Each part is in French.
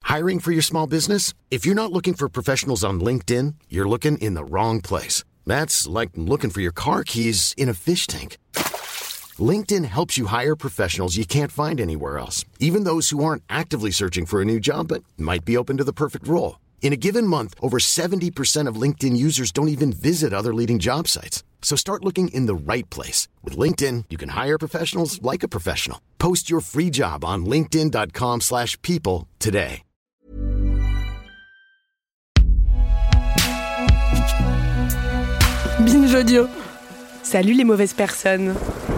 Hiring for your small business? If you're not looking for professionals on LinkedIn, you're looking in the wrong place. That's like looking for your car keys in a fish tank. LinkedIn helps you hire professionals you can't find anywhere else, even those who aren't actively searching for a new job but might be open to the perfect role. In a given month, over 70% of LinkedIn users don't even visit other leading job sites. So start looking in the right place. With LinkedIn, you can hire professionals like a professional. Post your free job on linkedin.com/people today. Binge Audio. Salut les mauvaises personnes.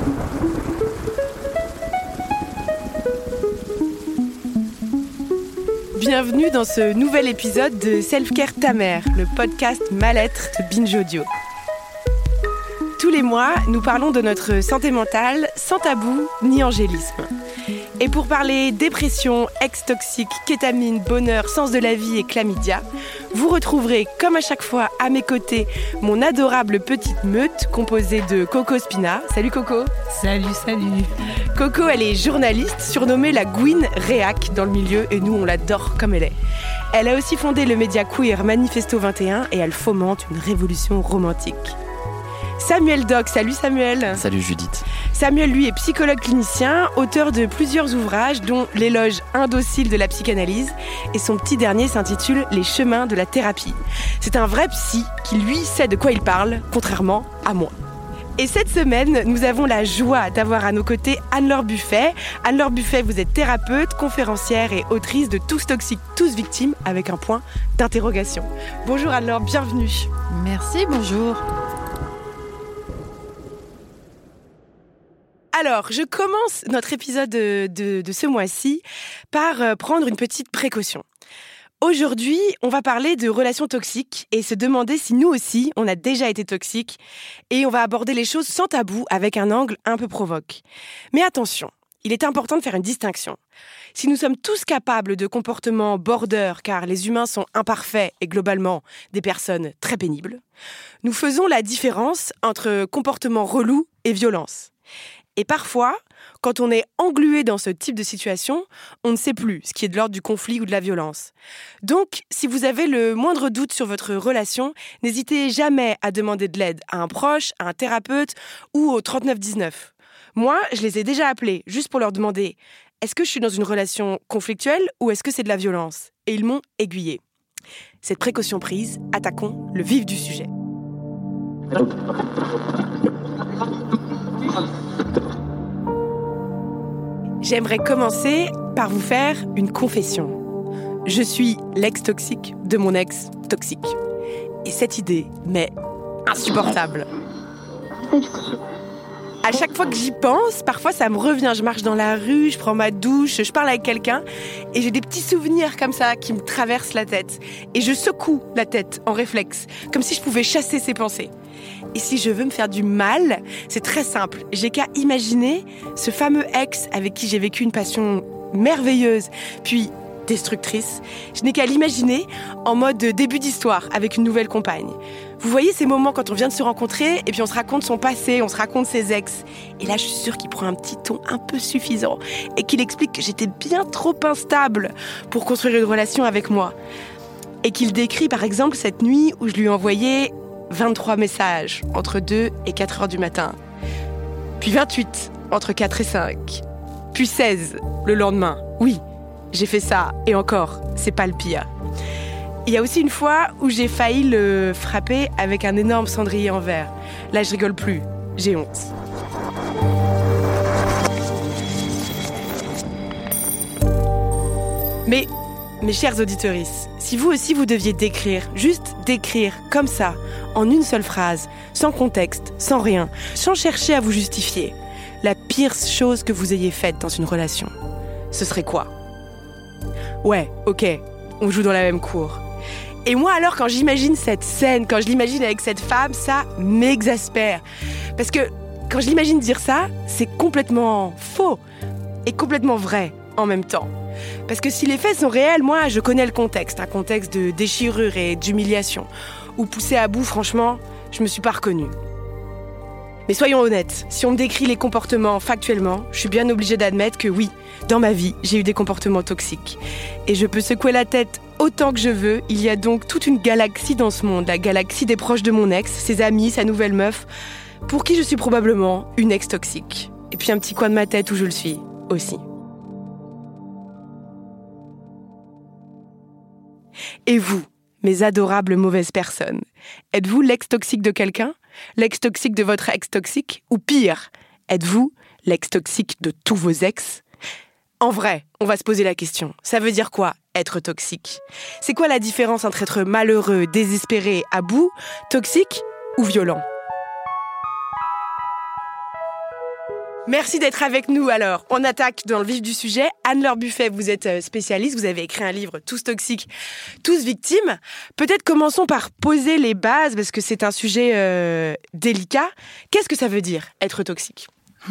Bienvenue dans ce nouvel épisode de Self-Care Ta Mère, le podcast mal-être de Binge Audio. Tous les mois, nous parlons de notre santé mentale sans tabou ni angélisme. Et pour parler dépression, ex-toxique, kétamine, bonheur, sens de la vie et chlamydia, vous retrouverez comme à chaque fois à mes côtés mon adorable petite meute composée de Coco Spina. Salut Coco. Salut. Coco, elle est journaliste, surnommée la Gwyn Réac dans le milieu et nous on l'adore comme elle est. Elle a aussi fondé le média queer Manifesto 21 et elle fomente une révolution romantique. Samuel Doc, salut Samuel. Salut Judith. Samuel, lui, est psychologue clinicien, auteur de plusieurs ouvrages, dont L'éloge indocile de la psychanalyse, et son petit dernier s'intitule Les chemins de la thérapie. C'est un vrai psy qui, lui, sait de quoi il parle, contrairement à moi. Et cette semaine, nous avons la joie d'avoir à nos côtés Anne-Laure Buffet. Anne-Laure Buffet, vous êtes thérapeute, conférencière et autrice de Tous toxiques, tous victimes, avec un point d'interrogation. Bonjour Anne-Laure, bienvenue. Merci, bonjour. Alors, je commence notre épisode de ce mois-ci par prendre une petite précaution. Aujourd'hui, on va parler de relations toxiques et se demander si nous aussi, on a déjà été toxiques. Et on va aborder les choses sans tabou, avec un angle un peu provoque. Mais attention, il est important de faire une distinction. Si nous sommes tous capables de comportements border, car les humains sont imparfaits et globalement des personnes très pénibles, nous faisons la différence entre comportement relou et violence. Et parfois, quand on est englué dans ce type de situation, on ne sait plus ce qui est de l'ordre du conflit ou de la violence. Donc, si vous avez le moindre doute sur votre relation, n'hésitez jamais à demander de l'aide à un proche, à un thérapeute ou au 3919. Moi, je les ai déjà appelés juste pour leur demander « Est-ce que je suis dans une relation conflictuelle ou est-ce que c'est de la violence ?» Et ils m'ont aiguillé. Cette précaution prise, attaquons le vif du sujet. J'aimerais commencer par vous faire une confession. Je suis l'ex-toxique de mon ex-toxique. Et cette idée m'est insupportable. À chaque fois que j'y pense, parfois ça me revient. Je marche dans la rue, je prends ma douche, je parle avec quelqu'un et j'ai des petits souvenirs comme ça qui me traversent la tête. Et je secoue la tête en réflexe, comme si je pouvais chasser ces pensées. Et si je veux me faire du mal, c'est très simple. J'ai qu'à imaginer ce fameux ex avec qui j'ai vécu une passion merveilleuse, puis destructrice. Je n'ai qu'à l'imaginer en mode début d'histoire avec une nouvelle compagne. Vous voyez ces moments quand on vient de se rencontrer et puis on se raconte son passé, on se raconte ses ex. Et là, je suis sûre qu'il prend un petit ton un peu suffisant et qu'il explique que j'étais bien trop instable pour construire une relation avec moi. Et qu'il décrit par exemple cette nuit où je lui ai envoyé 23 messages entre 2 et 4 heures du matin. Puis 28 entre 4 et 5. Puis 16 le lendemain. Oui, j'ai fait ça et encore, c'est pas le pire. Il y a aussi une fois où j'ai failli le frapper avec un énorme cendrier en verre. Là, je rigole plus, j'ai honte. Mais, mes chers auditrices, si vous aussi vous deviez décrire, juste décrire, comme ça, en une seule phrase, sans contexte, sans rien, sans chercher à vous justifier, la pire chose que vous ayez faite dans une relation, ce serait quoi ? Ouais, ok, on joue dans la même cour. Et moi alors, quand j'imagine cette scène, quand je l'imagine avec cette femme, ça m'exaspère. Parce que quand je l'imagine dire ça, c'est complètement faux et complètement vrai en même temps. Parce que si les faits sont réels, moi je connais le contexte, un contexte de déchirure et d'humiliation, où poussé à bout, franchement, je me suis pas reconnue. Mais soyons honnêtes, si on me décrit les comportements factuellement, je suis bien obligée d'admettre que oui, dans ma vie, j'ai eu des comportements toxiques. Et je peux secouer la tête autant que je veux, il y a donc toute une galaxie dans ce monde, la galaxie des proches de mon ex, ses amis, sa nouvelle meuf, pour qui je suis probablement une ex toxique. Et puis un petit coin de ma tête où je le suis aussi. Et vous, mes adorables mauvaises personnes, êtes-vous l'ex toxique de quelqu'un ? L'ex toxique de votre ex toxique ? Ou pire, êtes-vous l'ex toxique de tous vos ex ? En vrai, on va se poser la question. Ça veut dire quoi, être toxique ? C'est quoi la différence entre être malheureux, désespéré, à bout, toxique ou violent ? Merci d'être avec nous alors. On attaque dans le vif du sujet. Anne-Laure Buffet, vous êtes spécialiste, vous avez écrit un livre « Tous toxiques, tous victimes ». Peut-être commençons par poser les bases parce que c'est un sujet délicat. Qu'est-ce que ça veut dire, être toxique ?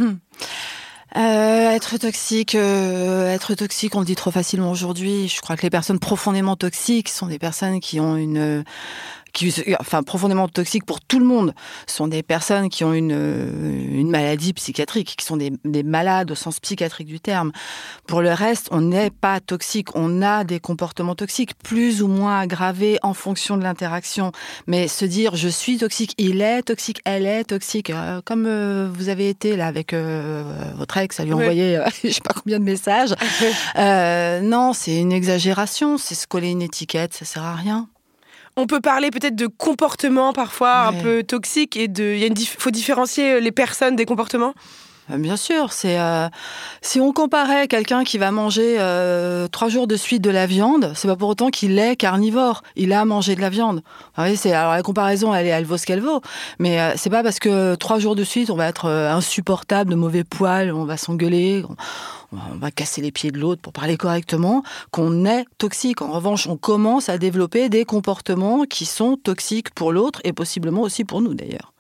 Être toxique, on le dit trop facilement aujourd'hui. Je crois que les personnes profondément toxiques sont des personnes qui ont profondément toxiques pour tout le monde, sont des personnes qui ont une maladie psychiatrique, qui sont des malades au sens psychiatrique du terme. Pour le reste, on n'est pas toxique. On a des comportements toxiques, plus ou moins aggravés en fonction de l'interaction. Mais se dire, je suis toxique, il est toxique, elle est toxique, comme vous avez été là avec votre ex, à lui envoyer je sais pas combien de messages. Non, c'est une exagération, c'est se coller une étiquette, ça sert à rien. On peut parler peut-être de comportements parfois un peu toxiques et faut différencier les personnes des comportements. Bien sûr, si on comparait quelqu'un qui va manger 3 jours de suite de la viande, c'est pas pour autant qu'il est carnivore. Il a mangé de la viande. Alors la comparaison, elle vaut ce qu'elle vaut. Mais c'est pas parce que 3 jours de suite, on va être insupportable, de mauvais poils, on va s'engueuler, on va casser les pieds de l'autre pour parler correctement, qu'on est toxique. En revanche, on commence à développer des comportements qui sont toxiques pour l'autre et possiblement aussi pour nous d'ailleurs.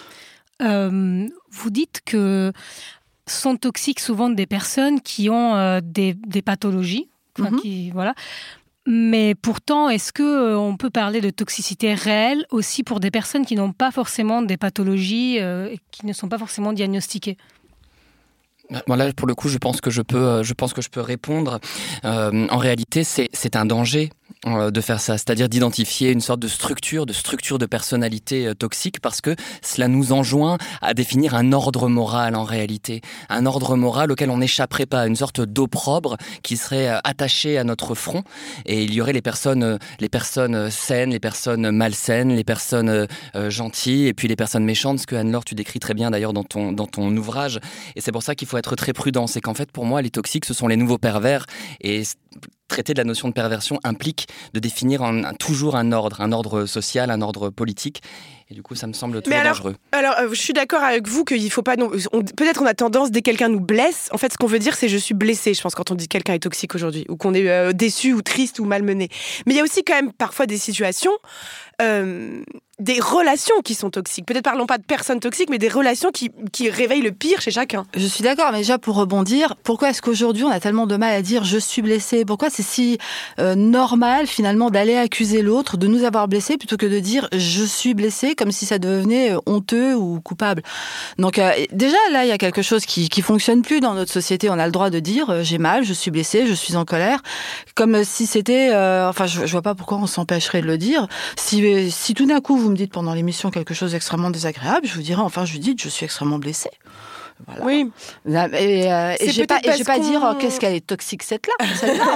Vous dites que sont toxiques souvent des personnes qui ont des pathologies, voilà. Mais pourtant, est-ce qu'on peut parler de toxicité réelle aussi pour des personnes qui n'ont pas forcément des pathologies et qui ne sont pas forcément diagnostiquées ? Bon, là, pour le coup, je pense que je peux répondre. En réalité, c'est un danger de faire ça, c'est-à-dire d'identifier une sorte de structure de personnalité toxique, parce que cela nous enjoint à définir un ordre moral en réalité, un ordre moral auquel on n'échapperait pas, une sorte d'opprobre qui serait attaché à notre front, et il y aurait les personnes saines, les personnes malsaines, les personnes gentilles, et puis les personnes méchantes, ce que Anne-Laure tu décris très bien d'ailleurs dans ton ouvrage, et c'est pour ça qu'il faut être très prudent. C'est qu'en fait, pour moi, les toxiques, ce sont les nouveaux pervers, et traiter de la notion de perversion implique de définir toujours un ordre social, un ordre politique. Et du coup, ça me semble toujours dangereux. Alors, je suis d'accord avec vous qu'il faut pas... peut-être on a tendance, dès que quelqu'un nous blesse, en fait, ce qu'on veut dire, c'est « je suis blessé », je pense, quand on dit que quelqu'un est toxique aujourd'hui, ou qu'on est déçu ou triste ou malmené. Mais il y a aussi quand même parfois des situations... des relations qui sont toxiques. Peut-être parlons pas de personnes toxiques, mais des relations qui réveillent le pire chez chacun. Je suis d'accord, mais déjà pour rebondir, pourquoi est-ce qu'aujourd'hui on a tellement de mal à dire « je suis blessé » ? Pourquoi c'est si normal finalement d'aller accuser l'autre de nous avoir blessés plutôt que de dire « je suis blessé » comme si ça devenait honteux ou coupable. Donc déjà là, il y a quelque chose qui fonctionne plus dans notre société. On a le droit de dire « j'ai mal, je suis blessé, je suis en colère », comme si c'était... je vois pas pourquoi on s'empêcherait de le dire. Si tout d'un coup vous me dites pendant l'émission quelque chose d'extrêmement désagréable, je vous dirais je dis je suis extrêmement blessée. Voilà. Oui. Et je vais pas dire qu'est-ce qu'elle est toxique celle-là.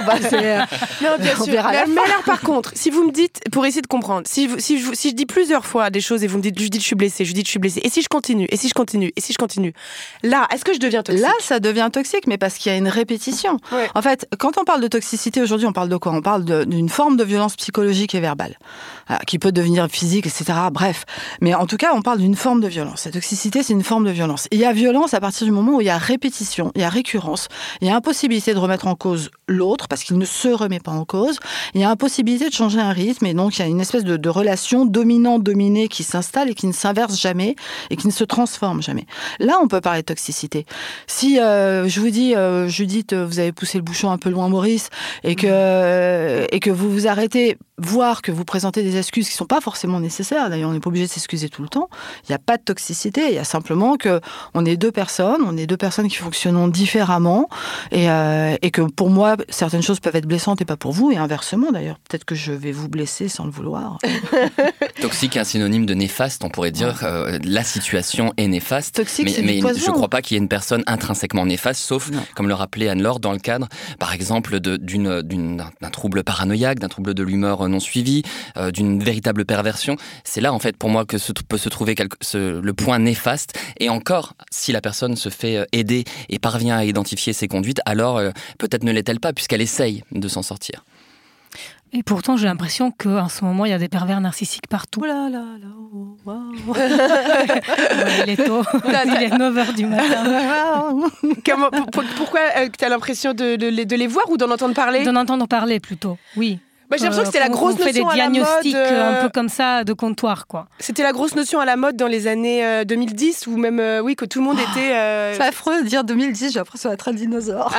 Non, bien sûr. Mais alors par contre, si vous me dites, pour essayer de comprendre, si je dis plusieurs fois des choses et vous me dites, je dis je suis blessée, et si je continue, là, est-ce que je deviens toxique ? Là, ça devient toxique, mais parce qu'il y a une répétition. Ouais. En fait, quand on parle de toxicité aujourd'hui, on parle de quoi ? On parle d'une forme de violence psychologique et verbale, qui peut devenir physique, etc. Bref. Mais en tout cas, on parle d'une forme de violence. La toxicité, c'est une forme de violence. Et il y a violence à partir du moment où il y a répétition, il y a récurrence, il y a impossibilité de remettre en cause l'autre, parce qu'il ne se remet pas en cause, il y a impossibilité de changer un rythme, et donc il y a une espèce de relation dominant-dominé qui s'installe et qui ne s'inverse jamais, et qui ne se transforme jamais. Là, on peut parler de toxicité. Si je vous dis, Judith, vous avez poussé le bouchon un peu loin, Maurice, et que vous vous arrêtez voir que vous présentez des excuses qui ne sont pas forcément nécessaires, d'ailleurs on n'est pas obligé de s'excuser tout le temps, il n'y a pas de toxicité, il y a simplement qu'on est deux personnes qui fonctionnent différemment et que pour moi, certaines choses peuvent être blessantes et pas pour vous, et inversement d'ailleurs, peut-être que je vais vous blesser sans le vouloir. Toxique est un synonyme de néfaste, on pourrait dire, la situation est néfaste, Toxique, mais je ne crois pas qu'il y ait une personne intrinsèquement néfaste, sauf, comme le rappelait Anne-Laure, dans le cadre, par exemple, d'un trouble paranoïaque, d'un trouble de l'humeur non suivi, d'une véritable perversion. C'est là, en fait, pour moi, que peut se trouver le point néfaste. Et encore, si la personne se fait aider et parvient à identifier ses conduites, alors peut-être ne l'est-elle pas, puisqu'elle essaye de s'en sortir. Et pourtant, j'ai l'impression qu'en ce moment, il y a des pervers narcissiques partout. Oh là là là, wow. Il est tôt, il est 9h du matin. Pourquoi tu as l'impression de les voir ou d'en entendre parler ? D'en entendre parler, plutôt, oui. J'ai l'impression que c'était la grosse notion à la mode. On fait des diagnostics un peu comme ça, de comptoir, quoi. C'était la grosse notion à la mode dans les années 2010, où même, que tout le monde était... C'est affreux de dire 2010, j'ai l'impression d'être un dinosaure.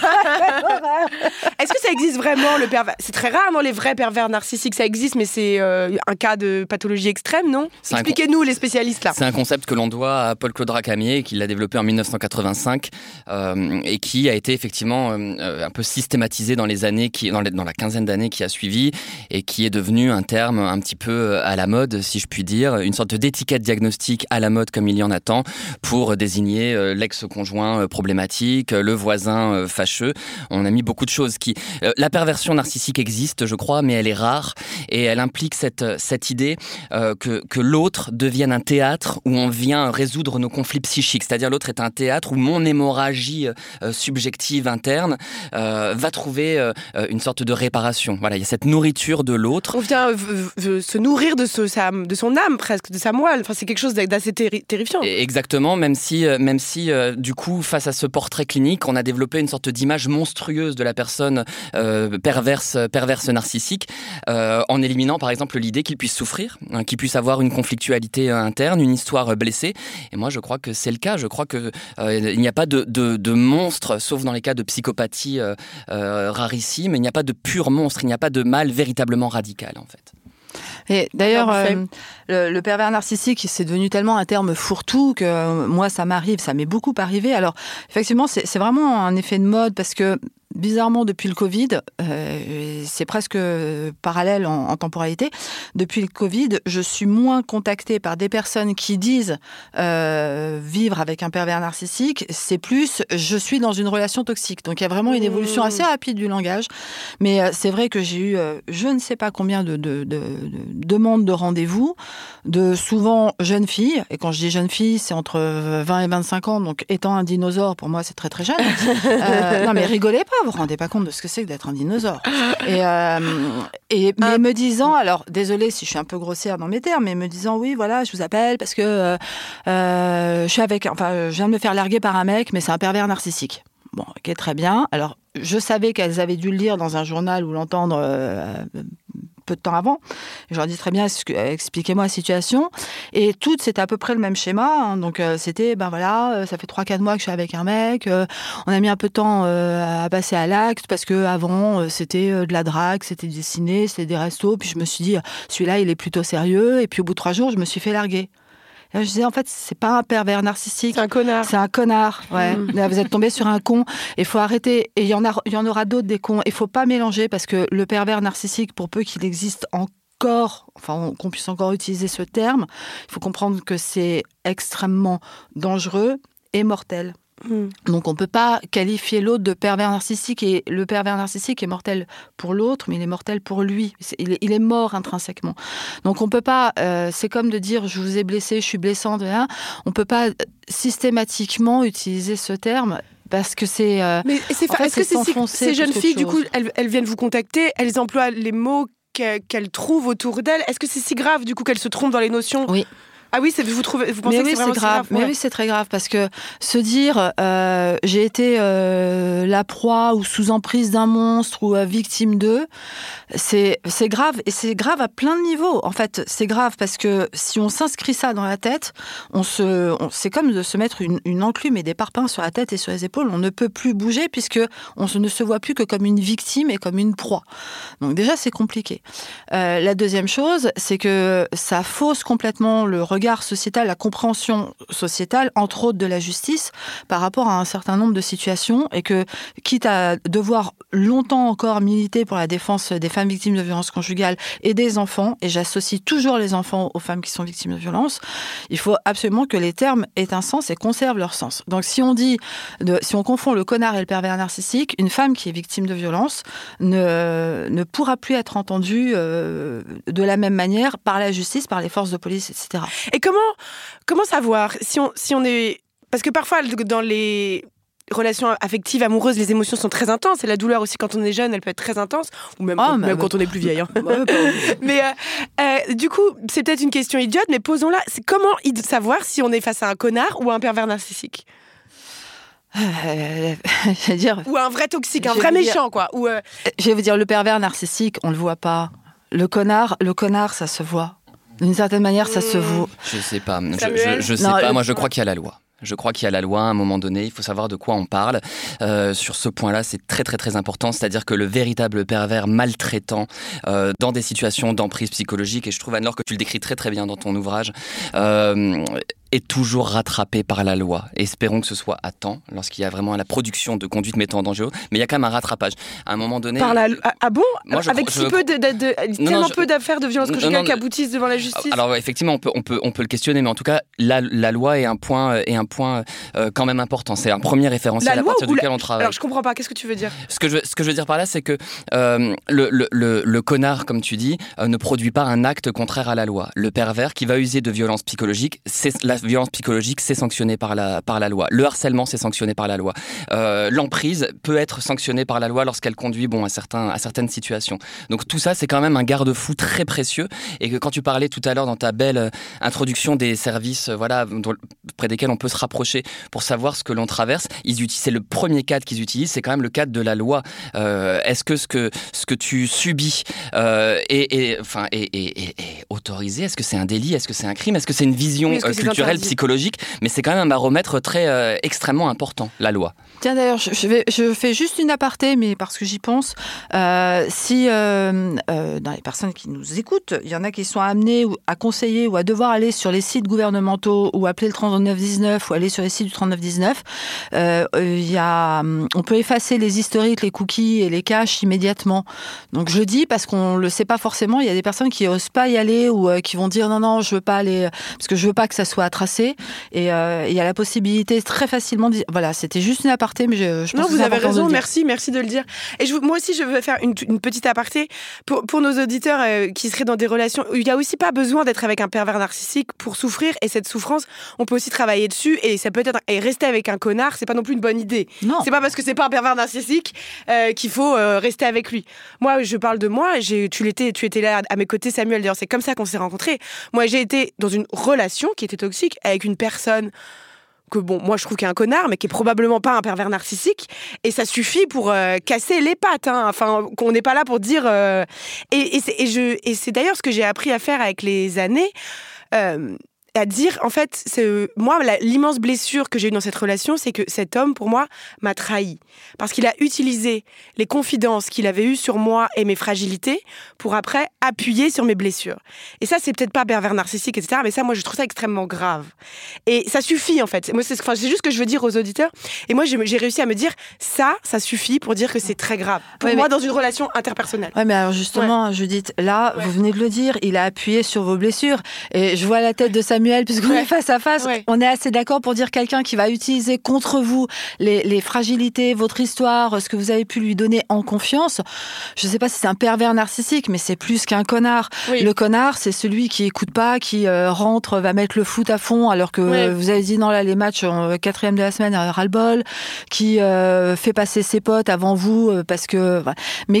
Est-ce que ça existe vraiment, le pervers ? C'est très rare, non, les vrais pervers narcissiques, ça existe, mais c'est un cas de pathologie extrême, non ? Expliquez-nous, les spécialistes, là. C'est un concept que l'on doit à Paul-Claude Racamier, qui l'a développé en 1985, et qui a été effectivement un peu systématisé dans les années, dans la quinzaine d'années qui a suivi, et qui est devenu un terme un petit peu à la mode, si je puis dire, une sorte d'étiquette diagnostique à la mode comme il y en a tant, pour désigner l'ex-conjoint problématique, le voisin fâcheux. On a mis beaucoup de choses la perversion narcissique existe, je crois, mais elle est rare, et elle implique cette idée que l'autre devienne un théâtre où on vient résoudre nos conflits psychiques, c'est-à-dire l'autre est un théâtre où mon hémorragie subjective interne va trouver une sorte de réparation. Voilà, il y a cette nourriture de l'autre. On vient se nourrir de son âme presque, de sa moelle. Enfin, c'est quelque chose d'assez terrifiant. Exactement, même si du coup, face à ce portrait clinique, on a développé une sorte d'image monstrueuse de la personne perverse narcissique, en éliminant par exemple l'idée qu'il puisse souffrir, qu'il puisse avoir une conflictualité interne, une histoire blessée. Et moi, je crois que c'est le cas. Je crois que il n'y a pas de monstre, sauf dans les cas de psychopathie rarissime. Il n'y a pas de pur monstre. Il n'y a pas de mal véritablement radical, en fait. Et d'ailleurs, le pervers narcissique, c'est devenu tellement un terme fourre-tout que moi, ça m'est beaucoup arrivé. Alors, effectivement, c'est vraiment un effet de mode parce que bizarrement, depuis le Covid, c'est presque parallèle en temporalité, depuis le Covid, je suis moins contactée par des personnes qui disent vivre avec un pervers narcissique, c'est plus je suis dans une relation toxique. Donc il y a vraiment une évolution assez rapide du langage, mais c'est vrai que j'ai eu je ne sais pas combien de demandes de rendez-vous, de souvent jeunes filles, et quand je dis jeunes filles, c'est entre 20 et 25 ans, donc étant un dinosaure, pour moi c'est très très jeune. Non mais rigolez pas, vous vous rendez pas compte de ce que c'est que d'être un dinosaure. Mais me disant, alors désolée si je suis un peu grossière dans mes termes, mais me disant oui voilà, je vous appelle parce que je viens de me faire larguer par un mec, mais c'est un pervers narcissique. Bon, ok, très bien. Alors je savais qu'elles avaient dû le lire dans un journal ou l'entendre peu de temps avant. Je leur dis très bien, expliquez-moi la situation. Et toutes, c'était à peu près le même schéma. Hein. Donc, c'était, ça fait 3-4 mois que je suis avec un mec. On a mis un peu de temps à passer à l'acte parce qu'avant, c'était de la drague, c'était du ciné, c'était des restos. Puis je me suis dit, celui-là, il est plutôt sérieux. Et puis au bout de 3 jours, je me suis fait larguer. Et je disais, en fait, c'est pas un pervers narcissique. C'est un connard. C'est un connard, ouais. Là, vous êtes tombé sur un con. Il faut arrêter. Et il y en aura d'autres des cons. Il faut pas mélanger parce que le pervers narcissique, pour peu qu'il existe encore, qu'on puisse encore utiliser ce terme, il faut comprendre que c'est extrêmement dangereux et mortel. Donc on ne peut pas qualifier l'autre de pervers narcissique, et le pervers narcissique est mortel pour l'autre, mais il est mortel pour lui. Il est mort intrinsèquement. Donc on ne peut pas, c'est comme de dire je vous ai blessé, je suis blessante, hein. On ne peut pas systématiquement utiliser ce terme. Parce que c'est. Est-ce que ces jeunes filles, du coup, elles viennent vous contacter, elles emploient les mots qu'elles trouvent autour d'elles. Est-ce que c'est si grave, du coup, qu'elles se trompent dans les notions ? Oui. Ah oui, vous pensez que c'est vraiment grave. Mais oui, c'est très grave parce que se dire j'ai été la proie ou sous emprise d'un monstre ou victime d'eux, c'est grave et c'est grave à plein de niveaux. En fait, c'est grave parce que si on s'inscrit ça dans la tête, c'est comme de se mettre une enclume et des parpaings sur la tête et sur les épaules. On ne peut plus bouger puisque on ne se voit plus que comme une victime et comme une proie. Donc déjà, c'est compliqué. La deuxième chose, c'est que ça fausse complètement le regard sociétal, la compréhension sociétale, entre autres de la justice, par rapport à un certain nombre de situations, et que, quitte à devoir longtemps encore militer pour la défense des femmes victimes de violences conjugales et des enfants, et j'associe toujours les enfants aux femmes qui sont victimes de violences, il faut absolument que les termes aient un sens et conservent leur sens. Donc si on confond le connard et le pervers narcissique, une femme qui est victime de violence ne pourra plus être entendue de la même manière par la justice, par les forces de police, etc. Et comment savoir si on est... Parce que parfois, dans les relations affectives, amoureuses, les émotions sont très intenses, et la douleur aussi, quand on est jeune, elle peut être très intense, ou même quand on est plus vieille. Hein. Mais du coup, c'est peut-être une question idiote, mais posons-la. C'est comment savoir si on est face à un connard ou à un pervers narcissique ? Je vais dire... Ou un vrai toxique, un vrai méchant, quoi. Je vais vous dire, le pervers narcissique, on le voit pas. Le connard, ça se voit. D'une certaine manière, ça se voit. Je sais pas. Je sais pas. Moi, je crois qu'il y a la loi. Je crois qu'il y a la loi à un moment donné, il faut savoir de quoi on parle. Sur ce point-là, c'est très très très important, c'est-à-dire que le véritable pervers maltraitant dans des situations d'emprise psychologique, et je trouve, Anne-Laure, que tu le décris très très bien dans ton ouvrage, est toujours rattrapé par la loi. Espérons que ce soit à temps, lorsqu'il y a vraiment la production de conduite mettant en danger, mais il y a quand même un rattrapage. À un moment donné... Ah bon ? Avec tellement peu d'affaires de violence conjugale qui aboutissent devant la justice ? Alors effectivement, on peut le questionner, mais en tout cas, la loi est un point quand même important. C'est un premier référentiel à partir duquel on travaille. Alors je comprends pas, qu'est-ce que tu veux dire ? Ce que je veux dire par là, c'est que le connard, comme tu dis, ne produit pas un acte contraire à la loi. Le pervers qui va user de violence psychologique, la violence psychologique, c'est sanctionné par la loi. Le harcèlement, c'est sanctionné par la loi. L'emprise peut être sanctionnée par la loi lorsqu'elle conduit à certaines situations. Donc tout ça, c'est quand même un garde-fou très précieux. Et que quand tu parlais tout à l'heure dans ta belle introduction des services, près desquels on peut se rapprocher pour savoir ce que l'on traverse, c'est le premier cadre qu'ils utilisent, c'est quand même le cadre de la loi. Est-ce que ce que tu subis est autorisé ? Est-ce que c'est un délit ? Est-ce que c'est un crime ? Est-ce que c'est une vision culturelle, psychologique ? Mais c'est quand même un baromètre très extrêmement important, la loi. Tiens, d'ailleurs, je fais juste une aparté, mais parce que j'y pense. Si dans les personnes qui nous écoutent, il y en a qui sont amenés à conseiller ou à devoir aller sur les sites gouvernementaux ou appeler le 3919 ou aller sur les sites du 3919, on peut effacer les historiques, les cookies et les caches immédiatement. Donc je le dis parce qu'on le sait pas forcément. Il y a des personnes qui osent pas y aller ou qui vont dire non, je veux pas aller parce que je veux pas que ça soit tracé. Et il y a la possibilité très facilement de dire, voilà, c'était juste une aparté, mais je pense que vous avez raison. Merci de le dire. Et moi aussi, je veux faire une petite aparté pour nos auditeurs qui seraient dans des relations où il y a aussi pas besoin d'être avec un pervers narcissique pour souffrir. Et cette souffrance, on peut aussi travailler dessus. Et ça peut être rester avec un connard, c'est pas non plus une bonne idée. Non. C'est pas parce que c'est pas un pervers narcissique qu'il faut rester avec lui. Moi, je parle de moi. Tu étais là à mes côtés, Samuel. D'ailleurs, c'est comme ça qu'on s'est rencontrés. Moi, j'ai été dans une relation qui était toxique avec une personne que moi je trouve qu'il est un connard, mais qui est probablement pas un pervers narcissique, et ça suffit pour casser les pattes, hein. Enfin, qu'on n'est pas là pour dire et c'est d'ailleurs ce que j'ai appris à faire avec les années, à dire, en fait, moi, l'immense blessure que j'ai eue dans cette relation, c'est que cet homme, pour moi, m'a trahi. Parce qu'il a utilisé les confidences qu'il avait eues sur moi et mes fragilités pour après appuyer sur mes blessures. Et ça, c'est peut-être pas pervers narcissique, etc., mais ça, moi, je trouve ça extrêmement grave. Et ça suffit, en fait. Moi, c'est juste ce que je veux dire aux auditeurs. Et moi, j'ai réussi à me dire, ça suffit pour dire que c'est très grave. Pour moi, dans une relation interpersonnelle. Ouais, mais alors justement, Judith, là, vous venez de le dire, il a appuyé sur vos blessures. Et je vois la tête de Samuel, puisqu'on est face à face, on est assez d'accord pour dire quelqu'un qui va utiliser contre vous les fragilités, votre histoire, ce que vous avez pu lui donner en confiance. Je ne sais pas si c'est un pervers narcissique, mais c'est plus qu'un connard. Oui. Le connard, c'est celui qui écoute pas, qui rentre, va mettre le foot à fond, alors que vous avez dit non, là, les matchs en 4e de la semaine, ras-le-bol, qui fait passer ses potes avant vous, parce que, mais qui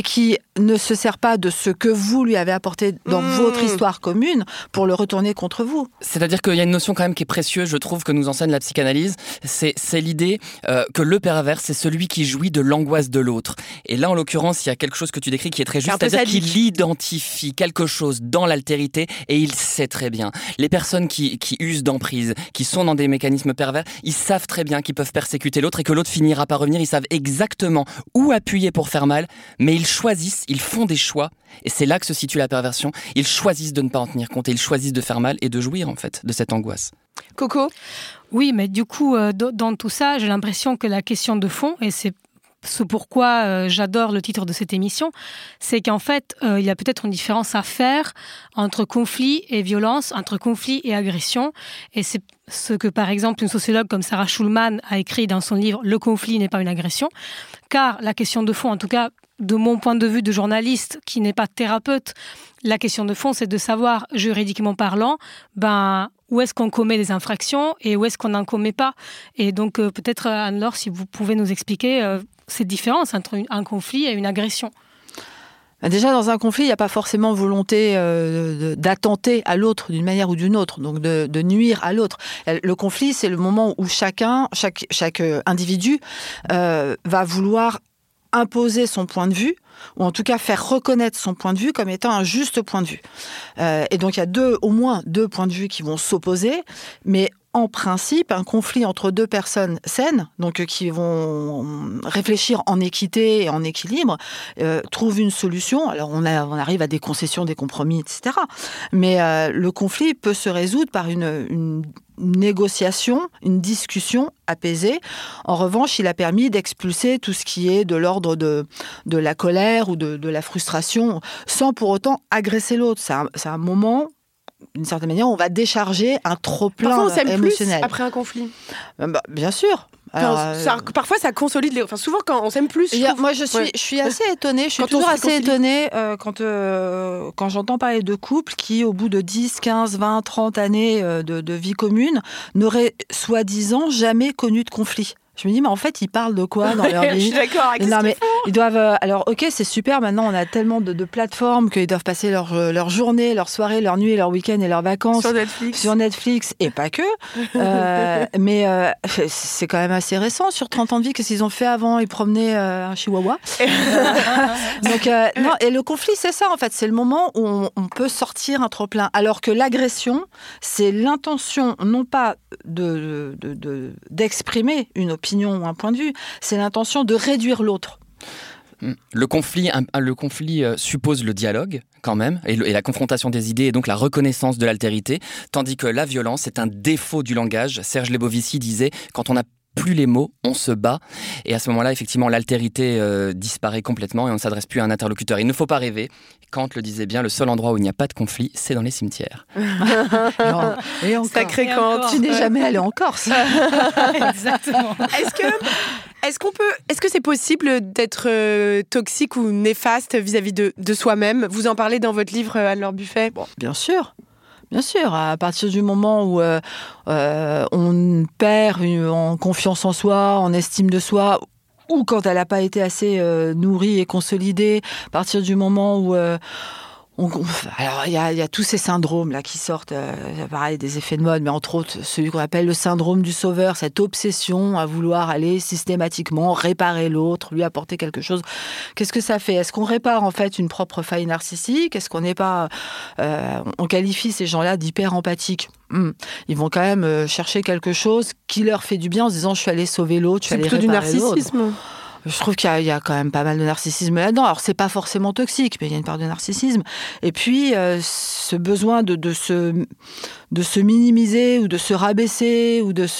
ne se sert pas de ce que vous lui avez apporté dans votre histoire commune pour le retourner contre vous. C'est-à-dire qu'il y a une notion quand même qui est précieuse, je trouve, que nous enseigne la psychanalyse, c'est l'idée que le pervers, c'est celui qui jouit de l'angoisse de l'autre. Et là, en l'occurrence, il y a quelque chose que tu décris qui est très juste, c'est-à-dire qu'il identifie quelque chose dans l'altérité et il sait très bien. Les personnes qui usent d'emprise, qui sont dans des mécanismes pervers, ils savent très bien qu'ils peuvent persécuter l'autre et que l'autre finira par revenir, ils savent exactement où appuyer pour faire mal, mais ils choisissent, ils font des choix, et c'est là que se situe la perversion. Ils choisissent de ne pas en tenir compte et ils choisissent de faire mal et de jouir en fait de cette angoisse. Coco ? Oui, mais du coup, dans tout ça, j'ai l'impression que la question de fond, et c'est ce pourquoi j'adore le titre de cette émission, c'est qu'en fait, il y a peut-être une différence à faire entre conflit et violence, entre conflit et agression. Et c'est ce que, par exemple, une sociologue comme Sarah Schulman a écrit dans son livre « Le conflit n'est pas une agression ». Car la question de fond, en tout cas, de mon point de vue de journaliste qui n'est pas thérapeute, la question de fond, c'est de savoir, juridiquement parlant, où est-ce qu'on commet des infractions et où est-ce qu'on n'en commet pas. Et donc, peut-être, Anne-Laure, si vous pouvez nous expliquer cette différence entre un conflit et une agression. Déjà, dans un conflit, il n'y a pas forcément volonté d'attenter à l'autre d'une manière ou d'une autre, donc de nuire à l'autre. Le conflit, c'est le moment où chaque individu va vouloir imposer son point de vue, ou en tout cas faire reconnaître son point de vue comme étant un juste point de vue. Et donc, il y a au moins deux points de vue qui vont s'opposer, mais en principe, un conflit entre deux personnes saines, donc qui vont réfléchir en équité et en équilibre, trouve une solution. Alors, on arrive à des concessions, des compromis, etc. Mais le conflit peut se résoudre par une négociation, une discussion apaisée. En revanche, il a permis d'expulser tout ce qui est de l'ordre de la colère ou de la frustration, sans pour autant agresser l'autre. C'est un moment, d'une certaine manière, on va décharger un trop-plein émotionnel. Parfois, on s'aime plus après un conflit. Bien sûr. Alors, parfois, ça consolide les... souvent, quand on s'aime plus... Moi, je suis assez étonnée. Je suis toujours assez étonnée quand j'entends parler de couples qui, au bout de 10, 15, 20, 30 années de vie commune, n'auraient soi-disant jamais connu de conflit. Je me dis, mais en fait, ils parlent de quoi dans leur vie ? Je suis d'accord. Ils doivent. Alors, ok, c'est super. Maintenant, on a tellement de plateformes qu'ils doivent passer leur journée, leur soirée, leur nuit, leur week-end et leurs vacances sur Netflix et pas que. Mais c'est quand même assez récent. Sur 30 ans de vie, qu'est-ce qu'ils ont fait avant ? Ils promenaient un chihuahua. Donc, non. Et le conflit, c'est ça en fait. C'est le moment où on peut sortir un trop-plein. Alors que l'agression, c'est l'intention, non pas d'exprimer une opinion ou un point de vue, c'est l'intention de réduire l'autre. Le conflit suppose le dialogue, quand même, et la confrontation des idées, et donc la reconnaissance de l'altérité, tandis que la violence est un défaut du langage. Serge Lebovici disait « Quand on n'a plus les mots, on se bat ». Et à ce moment-là, effectivement, l'altérité disparaît complètement et on ne s'adresse plus à un interlocuteur. Il ne faut pas rêver. Kant le disait bien, le seul endroit où il n'y a pas de conflit, c'est dans les cimetières. Et encore. Sacré Kant. Tu n'es jamais allé en Corse. Exactement. Est-ce que c'est possible d'être toxique ou néfaste vis-à-vis de soi-même ? Vous en parlez dans votre livre, Anne-Laure Buffet. Bon, bien sûr. Bien sûr, à partir du moment où on perd en confiance en soi, en estime de soi, ou quand elle n'a pas été assez nourrie et consolidée, à partir du moment où... alors, il y a tous ces syndromes là qui sortent, pareil, des effets de mode, mais entre autres, celui qu'on appelle le syndrome du sauveur, cette obsession à vouloir aller systématiquement réparer l'autre, lui apporter quelque chose. Qu'est-ce que ça fait ? Est-ce qu'on répare en fait une propre faille narcissique ? Est-ce qu'on n'est pas... on qualifie ces gens-là d'hyper empathiques. Ils vont quand même chercher quelque chose qui leur fait du bien en se disant « je suis allé sauver l'autre, je suis allé réparer l'autre ». C'est plutôt du narcissisme. Je trouve qu'il y a quand même pas mal de narcissisme là-dedans. Alors, c'est pas forcément toxique, mais il y a une part de narcissisme. Et puis, ce besoin de se minimiser ou de se rabaisser ou de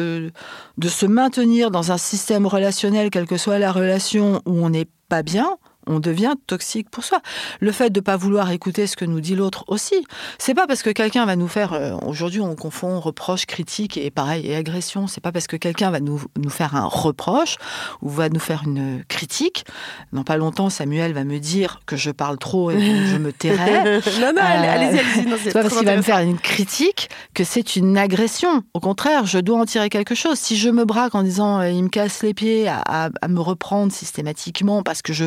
se maintenir dans un système relationnel, quelle que soit la relation où on n'est pas bien, on devient toxique pour soi. Le fait de ne pas vouloir écouter ce que nous dit l'autre aussi. C'est pas parce que quelqu'un va nous faire... aujourd'hui, on confond reproche, critique et pareil, et agression. C'est pas parce que quelqu'un va nous faire un reproche ou va nous faire une critique. Dans pas longtemps, Samuel va me dire que je parle trop et que je me tairai. Non, allez-y. C'est pas parce qu'il va me faire une critique que c'est une agression. Au contraire, je dois en tirer quelque chose. Si je me braque en disant il me casse les pieds à me reprendre systématiquement parce que je veux pas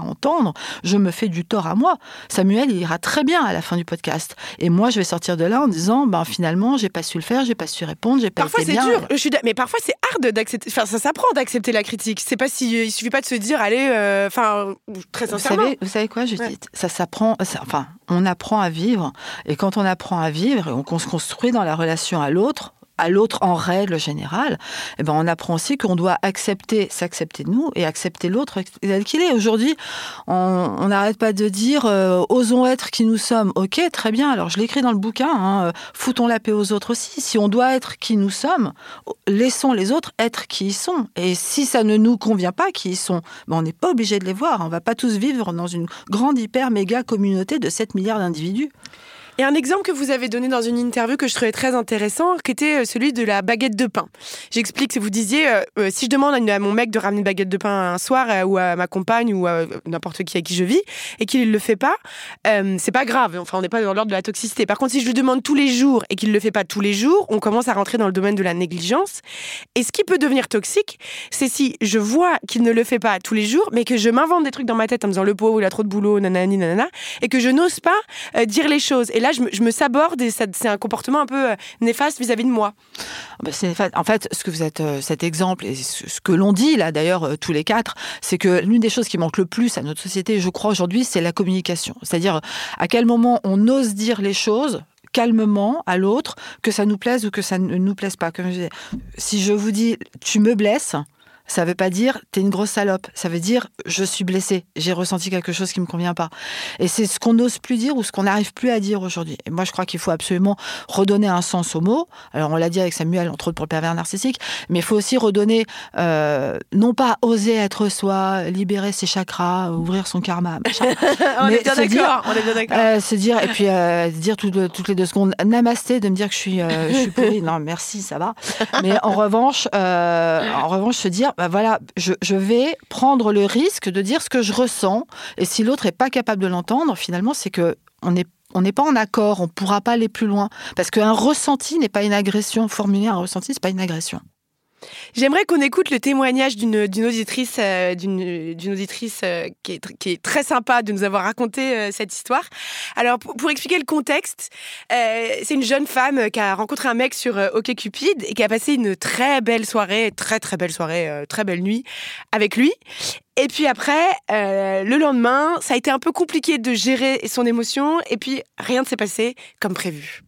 entendre, je me fais du tort à moi. Samuel, il ira très bien à la fin du podcast. Et moi, je vais sortir de là en disant, finalement, j'ai pas su le faire, j'ai pas su répondre, j'ai pas été bien. Parfois, c'est dur. Mais parfois, c'est hard d'accepter. Enfin, ça s'apprend d'accepter la critique. C'est pas il suffit pas de se dire, allez, très sincèrement. Vous savez quoi, Judith ? Ça s'apprend. On apprend à vivre. Et quand on apprend à vivre, et qu'on se construit dans la relation à l'autre en règle générale, on apprend aussi qu'on doit s'accepter de nous et accepter l'autre tel qu'il est. Aujourd'hui, on n'arrête pas de dire osons être qui nous sommes. Ok, très bien. Alors je l'écris dans le bouquin. Foutons la paix aux autres aussi. Si on doit être qui nous sommes, laissons les autres être qui ils sont. Et si ça ne nous convient pas qui ils sont, on n'est pas obligé de les voir. On va pas tous vivre dans une grande hyper méga communauté de 7 milliards d'individus. Et un exemple que vous avez donné dans une interview que je trouvais très intéressant, qui était celui de la baguette de pain. J'explique, vous disiez, si je demande à mon mec de ramener une baguette de pain un soir, ou à ma compagne, ou à n'importe qui avec qui je vis, et qu'il ne le fait pas, c'est pas grave. Enfin, on n'est pas dans l'ordre de la toxicité. Par contre, si je lui demande tous les jours et qu'il ne le fait pas tous les jours, on commence à rentrer dans le domaine de la négligence. Et ce qui peut devenir toxique, c'est si je vois qu'il ne le fait pas tous les jours, mais que je m'invente des trucs dans ma tête en me disant le pauvre, il a trop de boulot, nanani, nanana, et que je n'ose pas dire les choses. Et là, je me saborde et c'est un comportement un peu néfaste vis-à-vis de moi. C'est néfaste. En fait, ce que vous êtes, cet exemple et ce que l'on dit là d'ailleurs tous les quatre, c'est que l'une des choses qui manque le plus à notre société, je crois aujourd'hui, c'est la communication. C'est-à-dire à quel moment on ose dire les choses calmement à l'autre, que ça nous plaise ou que ça ne nous plaise pas. Comme je disais, si je vous dis tu me blesses, ça veut pas dire t'es une grosse salope. Ça veut dire je suis blessée, j'ai ressenti quelque chose qui me convient pas. Et c'est ce qu'on n'ose plus dire ou ce qu'on n'arrive plus à dire aujourd'hui. Et moi, je crois qu'il faut absolument redonner un sens aux mots. Alors, on l'a dit avec Samuel, entre autres pour le pervers narcissique, mais il faut aussi redonner, non pas oser être soi, libérer ses chakras, ouvrir son karma. On est bien d'accord. Se dire, et puis dire toutes les 2 secondes, namasté, de me dire que je suis pourrie. Non, merci, ça va. Mais en revanche, se dire, voilà, je vais prendre le risque de dire ce que je ressens, et si l'autre n'est pas capable de l'entendre, finalement, c'est que on n'est pas en accord, on ne pourra pas aller plus loin. Parce qu'un ressenti n'est pas une agression. Formuler un ressenti, ce n'est pas une agression. J'aimerais qu'on écoute le témoignage d'une auditrice, qui est très sympa de nous avoir raconté cette histoire. Alors, pour expliquer le contexte, c'est une jeune femme qui a rencontré un mec sur OkCupid et qui a passé une très belle soirée, très belle nuit avec lui. Et puis après, le lendemain, ça a été un peu compliqué de gérer son émotion et puis rien ne s'est passé comme prévu.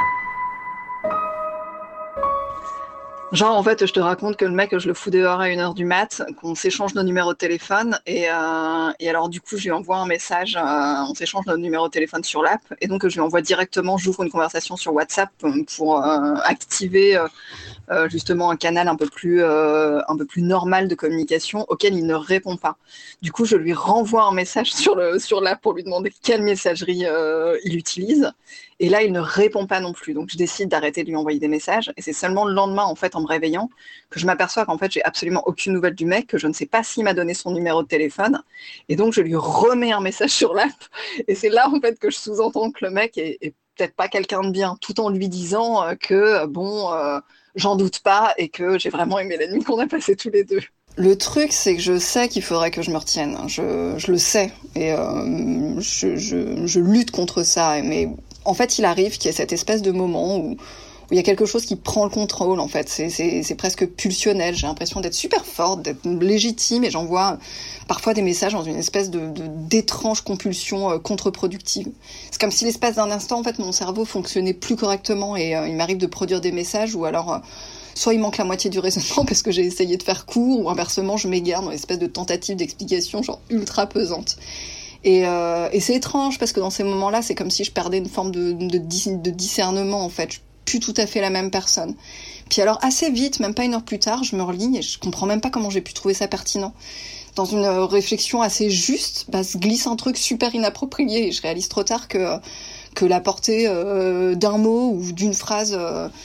Genre, en fait, je te raconte que le mec, je le fous dehors à 1h du mat, qu'on s'échange nos numéros de téléphone, et alors du coup, je lui envoie un message, on s'échange nos numéros de téléphone sur l'app, et donc je lui envoie directement, j'ouvre une conversation sur WhatsApp pour activer justement un canal un peu plus normal de communication auquel il ne répond pas. Du coup, je lui renvoie un message sur l'app pour lui demander quelle messagerie il utilise. Et là, il ne répond pas non plus. Donc, je décide d'arrêter de lui envoyer des messages. Et c'est seulement le lendemain, en fait, en me réveillant, que je m'aperçois qu'en fait, j'ai absolument aucune nouvelle du mec, que je ne sais pas s'il m'a donné son numéro de téléphone. Et donc, je lui remets un message sur l'app. Et c'est là, en fait, que je sous-entends que le mec est peut-être pas quelqu'un de bien, tout en lui disant que, j'en doute pas et que j'ai vraiment aimé la nuit qu'on a passée tous les deux. Le truc, c'est que je sais qu'il faudrait que je me retienne. Je le sais. Et je lutte contre ça. Mais en fait, il arrive qu'il y ait cette espèce de moment où il y a quelque chose qui prend le contrôle, en fait. C'est presque pulsionnel. J'ai l'impression d'être super forte, d'être légitime, et j'envoie parfois des messages dans une espèce d'étrange compulsion contre-productive. C'est comme si l'espace d'un instant, en fait, mon cerveau fonctionnait plus correctement, et il m'arrive de produire des messages où alors soit il manque la moitié du raisonnement parce que j'ai essayé de faire court, ou inversement, je m'égare dans une espèce de tentative d'explication genre ultra pesante. Et c'est étrange parce que dans ces moments-là, c'est comme si je perdais une forme de discernement, en fait. Je suis plus tout à fait la même personne. Puis alors, assez vite, même pas 1 heure plus tard, je me relis et je comprends même pas comment j'ai pu trouver ça pertinent. Dans une réflexion assez juste, se glisse un truc super inapproprié, et je réalise trop tard que la portée d'un mot ou d'une phrase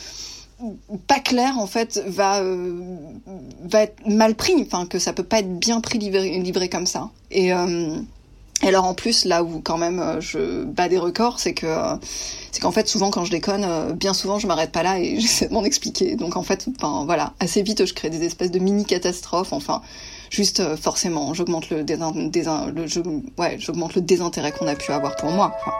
pas claire, en fait, va être mal pris, enfin, que ça peut pas être bien pris livré comme ça. Et alors en plus, là où quand même je bats des records, c'est qu'en fait souvent quand je déconne, bien souvent je m'arrête pas là et j'essaie de m'en expliquer. Donc en fait, voilà, assez vite je crée des espèces de mini catastrophes. Enfin, Juste, forcément, j'augmente le désintérêt qu'on a pu avoir pour moi, quoi.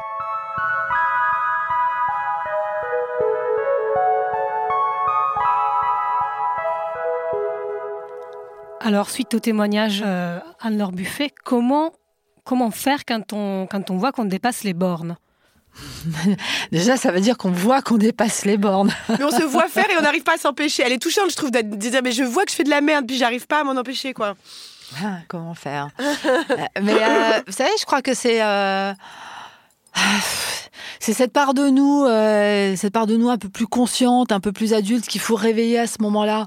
Alors, suite au témoignage Anne-Laure Buffet, comment faire quand on voit qu'on dépasse les bornes ? Déjà, ça veut dire qu'on voit qu'on dépasse les bornes. Mais on se voit faire et on n'arrive pas à s'empêcher. Elle est touchante, je trouve, de dire mais je vois que je fais de la merde, puis j'arrive pas à m'en empêcher, quoi. Comment faire Mais vous savez, je crois que c'est cette part de nous un peu plus consciente, un peu plus adulte qu'il faut réveiller à ce moment-là.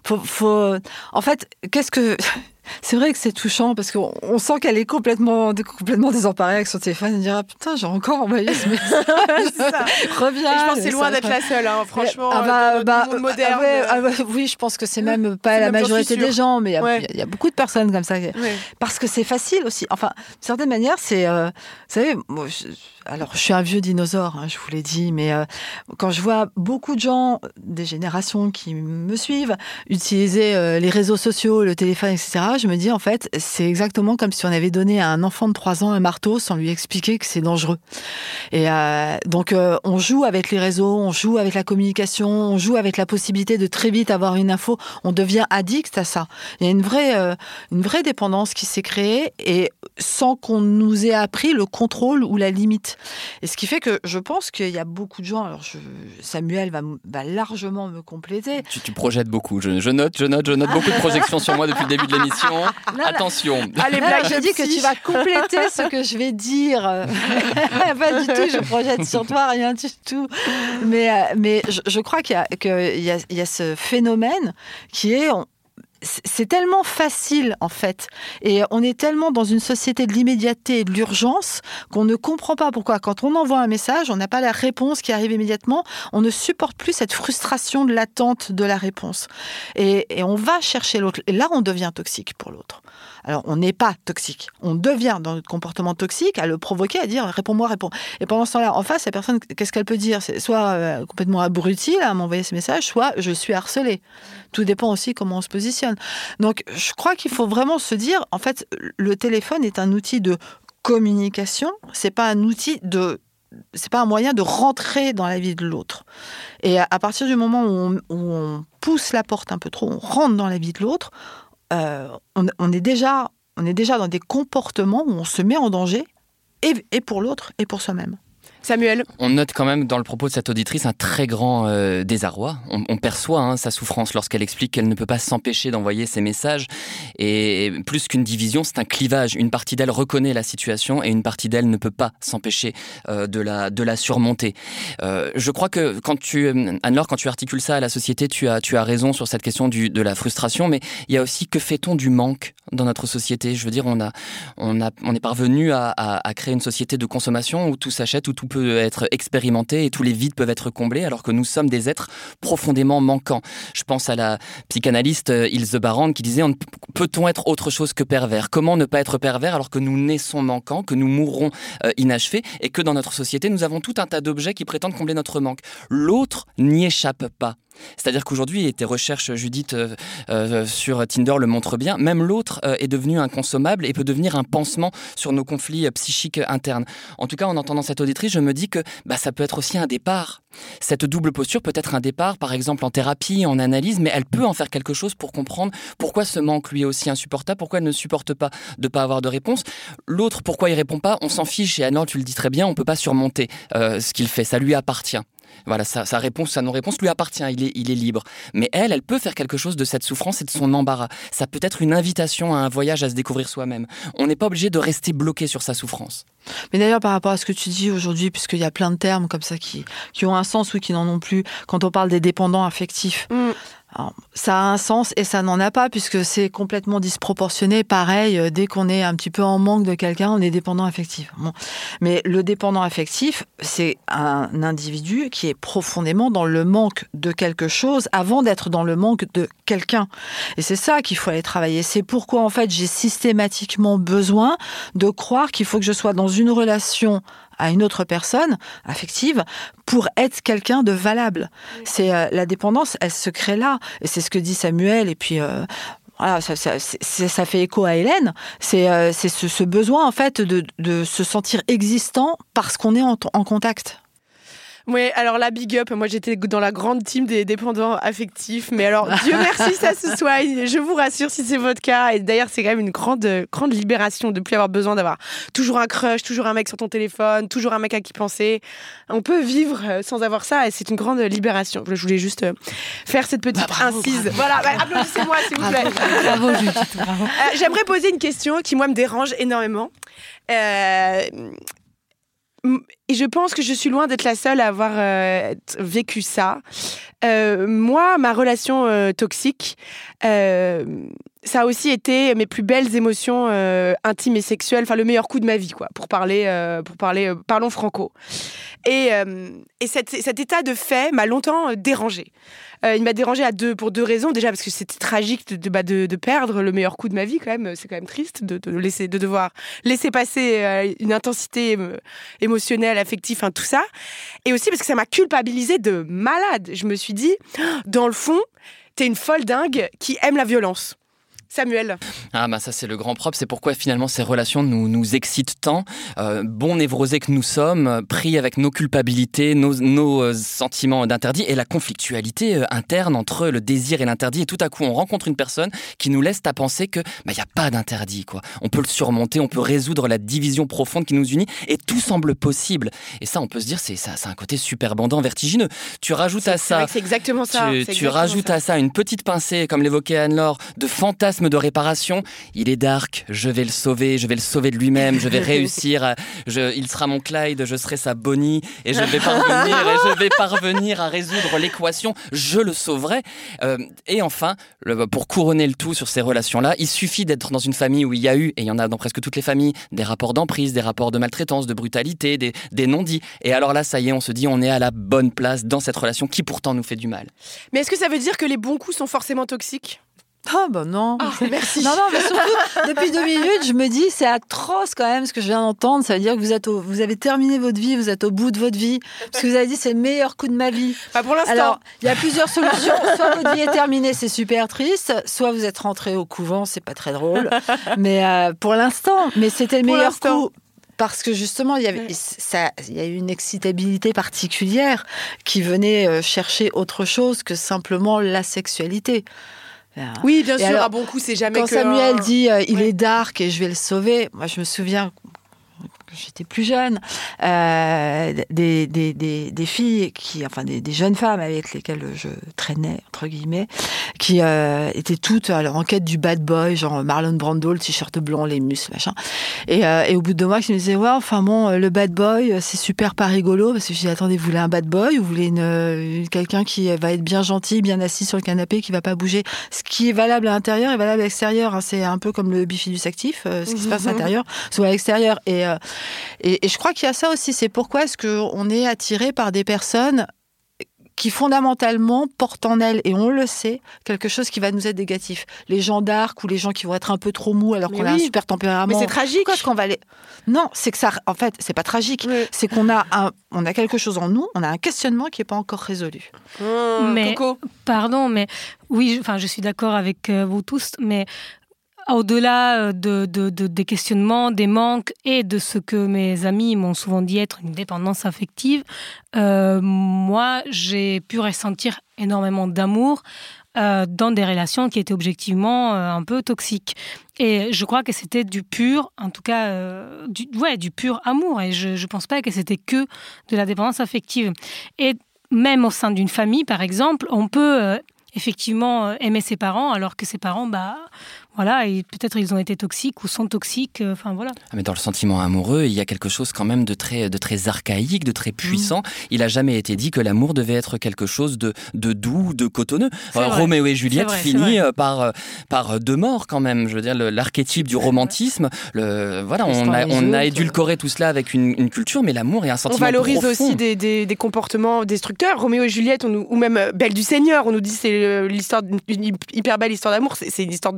En fait, c'est vrai que c'est touchant parce qu'on sent qu'elle est complètement désemparée avec son téléphone et dira putain, j'ai encore envoyé ce message. Reviens. Et je pense que c'est loin d'être la seule, hein, franchement. Dans le monde moderne. Oui, je pense que c'est même pas la majorité des gens, mais il y a beaucoup de personnes comme ça. Ouais. Parce que c'est facile aussi. Enfin, d'une certaine manière, c'est, vous savez, moi, je suis un vieux dinosaure, hein, je vous l'ai dit, mais quand je vois beaucoup de gens, des générations qui me suivent, utiliser les réseaux sociaux, le téléphone, etc., je me dis, en fait, c'est exactement comme si on avait donné à un enfant de 3 ans un marteau sans lui expliquer que c'est dangereux. Et donc, on joue avec les réseaux, on joue avec la communication, on joue avec la possibilité de très vite avoir une info. On devient addict à ça. Il y a une vraie dépendance qui s'est créée et sans qu'on nous ait appris le contrôle ou la limite. Et ce qui fait que je pense qu'il y a beaucoup de gens, alors Samuel va largement me compléter. Tu projettes beaucoup. Je note beaucoup de projections sur moi depuis le début de l'émission. Attention. Allez, je dis que tu vas compléter ce que je vais dire. Pas du tout, je projette sur toi, rien du tout. Mais je crois qu'il y a ce phénomène qui est... C'est tellement facile, en fait. Et on est tellement dans une société de l'immédiateté et de l'urgence qu'on ne comprend pas pourquoi, quand on envoie un message, on n'a pas la réponse qui arrive immédiatement. On ne supporte plus cette frustration de l'attente de la réponse. Et on va chercher l'autre. Et là, on devient toxique pour l'autre. Alors, on n'est pas toxique. On devient dans notre comportement toxique à le provoquer, à dire « réponds-moi, réponds ». Et pendant ce temps-là, en face, la personne, qu'est-ce qu'elle peut dire ? C'est soit complètement abrutie à m'envoyer ce message, soit je suis harcelée. Tout dépend aussi comment on se positionne. Donc, je crois qu'il faut vraiment se dire, en fait, le téléphone est un outil de communication. C'est pas un moyen de rentrer dans la vie de l'autre. Et à partir du moment où on pousse la porte un peu trop, on rentre dans la vie de l'autre, on est déjà dans des comportements où on se met en danger, et pour l'autre, et pour soi-même. Samuel. On note quand même dans le propos de cette auditrice un très grand désarroi. On perçoit sa souffrance lorsqu'elle explique qu'elle ne peut pas s'empêcher d'envoyer ces messages. Et plus qu'une division, c'est un clivage. Une partie d'elle reconnaît la situation et une partie d'elle ne peut pas s'empêcher de la surmonter. Je crois que Anne-Laure, quand tu articules ça à la société, tu as raison sur cette question de la frustration. Mais il y a aussi, que fait-on du manque dans notre société ? Je veux dire, on est parvenu à créer une société de consommation où tout s'achète, où tout peut être expérimenté et tous les vides peuvent être comblés, alors que nous sommes des êtres profondément manquants. Je pense à la psychanalyste Ilse Barand qui disait « Peut-on être autre chose que pervers ? Comment ne pas être pervers alors que nous naissons manquants, que nous mourrons inachevés et que dans notre société, nous avons tout un tas d'objets qui prétendent combler notre manque. L'autre n'y échappe pas. » C'est-à-dire qu'aujourd'hui, et tes recherches, Judith, sur Tinder le montrent bien, même l'autre est devenu inconsommable et peut devenir un pansement sur nos conflits psychiques internes. En tout cas, en entendant cette auditrice, je me dis que ça peut être aussi un départ. Cette double posture peut être un départ, par exemple en thérapie, en analyse, mais elle peut en faire quelque chose pour comprendre pourquoi ce manque lui est aussi insupportable, pourquoi elle ne supporte pas de ne pas avoir de réponse. L'autre, pourquoi il ne répond pas, on s'en fiche, et Anne-Laure, tu le dis très bien, on ne peut pas surmonter ce qu'il fait, ça lui appartient. Voilà, sa réponse, sa non-réponse lui appartient, il est libre. Mais elle peut faire quelque chose de cette souffrance et de son embarras. Ça peut être une invitation à un voyage à se découvrir soi-même. On n'est pas obligé de rester bloqué sur sa souffrance. Mais d'ailleurs, par rapport à ce que tu dis aujourd'hui, puisqu'il y a plein de termes comme ça qui ont un sens ou qui n'en ont plus, quand on parle des dépendants affectifs, alors, ça a un sens et ça n'en a pas puisque c'est complètement disproportionné. Pareil, dès qu'on est un petit peu en manque de quelqu'un, on est dépendant affectif. Bon. Mais le dépendant affectif, c'est un individu qui est profondément dans le manque de quelque chose avant d'être dans le manque de quelqu'un. Et c'est ça qu'il faut aller travailler. C'est pourquoi, en fait, j'ai systématiquement besoin de croire qu'il faut que je sois dans une relation à une autre personne affective pour être quelqu'un de valable. C'est la dépendance, elle se crée là. Et c'est ce que dit Samuel. Et puis, voilà, ça fait écho à Hélène. C'est ce besoin en fait de se sentir existant parce qu'on est en contact. Oui, alors là, big up. Moi, j'étais dans la grande team des dépendants affectifs. Mais alors, Dieu merci, ça se soigne. Je vous rassure si c'est votre cas. Et d'ailleurs, c'est quand même une grande libération de ne plus avoir besoin d'avoir toujours un crush, toujours un mec sur ton téléphone, toujours un mec à qui penser. On peut vivre sans avoir ça et c'est une grande libération. Je voulais juste faire cette petite incise. Bravo. Voilà, applaudissez-moi, s'il vous plaît. Bravo, Judith, bravo. J'aimerais poser une question qui, moi, me dérange énormément. Et je pense que je suis loin d'être la seule à avoir vécu ça. Moi, ma relation toxique, ça a aussi été mes plus belles émotions intimes et sexuelles, enfin le meilleur coup de ma vie, quoi, pour parler, parlons franco. Et cet état de fait m'a longtemps dérangée. Il m'a dérangée pour deux raisons. Déjà parce que c'était tragique de perdre le meilleur coup de ma vie, quand même. C'est quand même triste de devoir laisser passer une intensité émotionnelle, affective, enfin, tout ça. Et aussi parce que ça m'a culpabilisée de malade. Je me suis dit, dans le fond, t'es une folle dingue qui aime la violence. Samuel. Ah bah ça c'est le grand propre, c'est pourquoi finalement ces relations nous excitent tant. Bons névrosés que nous sommes, pris avec nos culpabilités, nos sentiments d'interdit et la conflictualité interne entre le désir et l'interdit. Et tout à coup on rencontre une personne qui nous laisse à penser que y a pas d'interdit, quoi. On peut le surmonter, on peut résoudre la division profonde qui nous unit et tout semble possible. Et ça on peut se dire c'est un côté super bandant, vertigineux. Tu rajoutes à ça, c'est exactement ça. Tu rajoutes à ça une petite pincée, comme l'évoquait Anne-Laure, de fantasmes de réparation. Il est dark, je vais le sauver de lui-même, je vais réussir, il sera mon Clyde, je serai sa Bonnie et je vais parvenir à résoudre l'équation, je le sauverai. Et enfin, pour couronner le tout sur ces relations-là, il suffit d'être dans une famille où il y a eu, et il y en a dans presque toutes les familles, des rapports d'emprise, des rapports de maltraitance, de brutalité, des non-dits. Et alors là, ça y est, on se dit, on est à la bonne place dans cette relation qui pourtant nous fait du mal. Mais est-ce que ça veut dire que les bons coups sont forcément toxiques ? Ah bah non. Merci. Non, mais surtout, depuis 2 minutes, je me dis, c'est atroce quand même ce que je viens d'entendre. Ça veut dire que vous avez terminé votre vie, vous êtes au bout de votre vie. Parce que vous avez dit, c'est le meilleur coup de ma vie. Pas pour l'instant. Alors, il y a plusieurs solutions. Soit votre vie est terminée, c'est super triste. Soit vous êtes rentré au couvent, c'est pas très drôle. Mais pour l'instant, c'était le meilleur coup. Parce que justement, il y a eu une excitabilité particulière qui venait chercher autre chose que simplement la sexualité. Oui, bien sûr, alors, à bon coup, c'est jamais quand que... Samuel dit il est dark et je vais le sauver, moi je me souviens, quand j'étais plus jeune, des filles, des jeunes femmes avec lesquelles je traînais, entre guillemets, qui étaient toutes en quête du bad boy, genre Marlon Brando, le t-shirt blanc, les muscles, machin. Et au bout de 2 mois, je me disais, le bad boy, c'est super pas rigolo, parce que je dis, attendez, vous voulez un bad boy ou vous voulez quelqu'un qui va être bien gentil, bien assis sur le canapé, qui va pas bouger? Ce qui est valable à l'intérieur est valable à l'extérieur, hein. C'est un peu comme le bifidus actif, ce qui se passe à l'intérieur, soit à l'extérieur. Et je crois qu'il y a ça aussi, c'est pourquoi est-ce qu'on est attiré par des personnes qui fondamentalement portent en elles, et on le sait, quelque chose qui va nous être négatif. Les gens dark ou les gens qui vont être un peu trop mous alors qu'on a un super tempérament. Mais c'est tragique. Pourquoi est-ce qu'on va Non, c'est que ça, en fait, c'est pas tragique. Oui. C'est qu'on a quelque chose en nous, on a un questionnement qui n'est pas encore résolu. Mais, Coco. Pardon, mais oui, je suis d'accord avec vous tous, mais au-delà des questionnements, des manques et de ce que mes amis m'ont souvent dit être une dépendance affective, moi, j'ai pu ressentir énormément d'amour dans des relations qui étaient objectivement un peu toxiques. Et je crois que c'était du pur, en tout cas, du pur amour. Et je ne pense pas que c'était que de la dépendance affective. Et même au sein d'une famille, par exemple, on peut effectivement aimer ses parents alors que ses parents, voilà, et peut-être ils ont été toxiques ou sont toxiques, enfin voilà. Mais dans le sentiment amoureux, il y a quelque chose quand même de très archaïque, de très puissant. Il n'a jamais été dit que l'amour devait être quelque chose de doux, de cotonneux. Roméo et Juliette finit par 2 morts quand même. Je veux dire, l'archétype du romantisme. On a édulcoré tout cela avec une culture, mais l'amour est un sentiment profond. On valorise aussi des comportements destructeurs. Roméo et Juliette, ou même Belle du Seigneur, on nous dit c'est l'histoire d'une hyper belle histoire d'amour. C'est une histoire de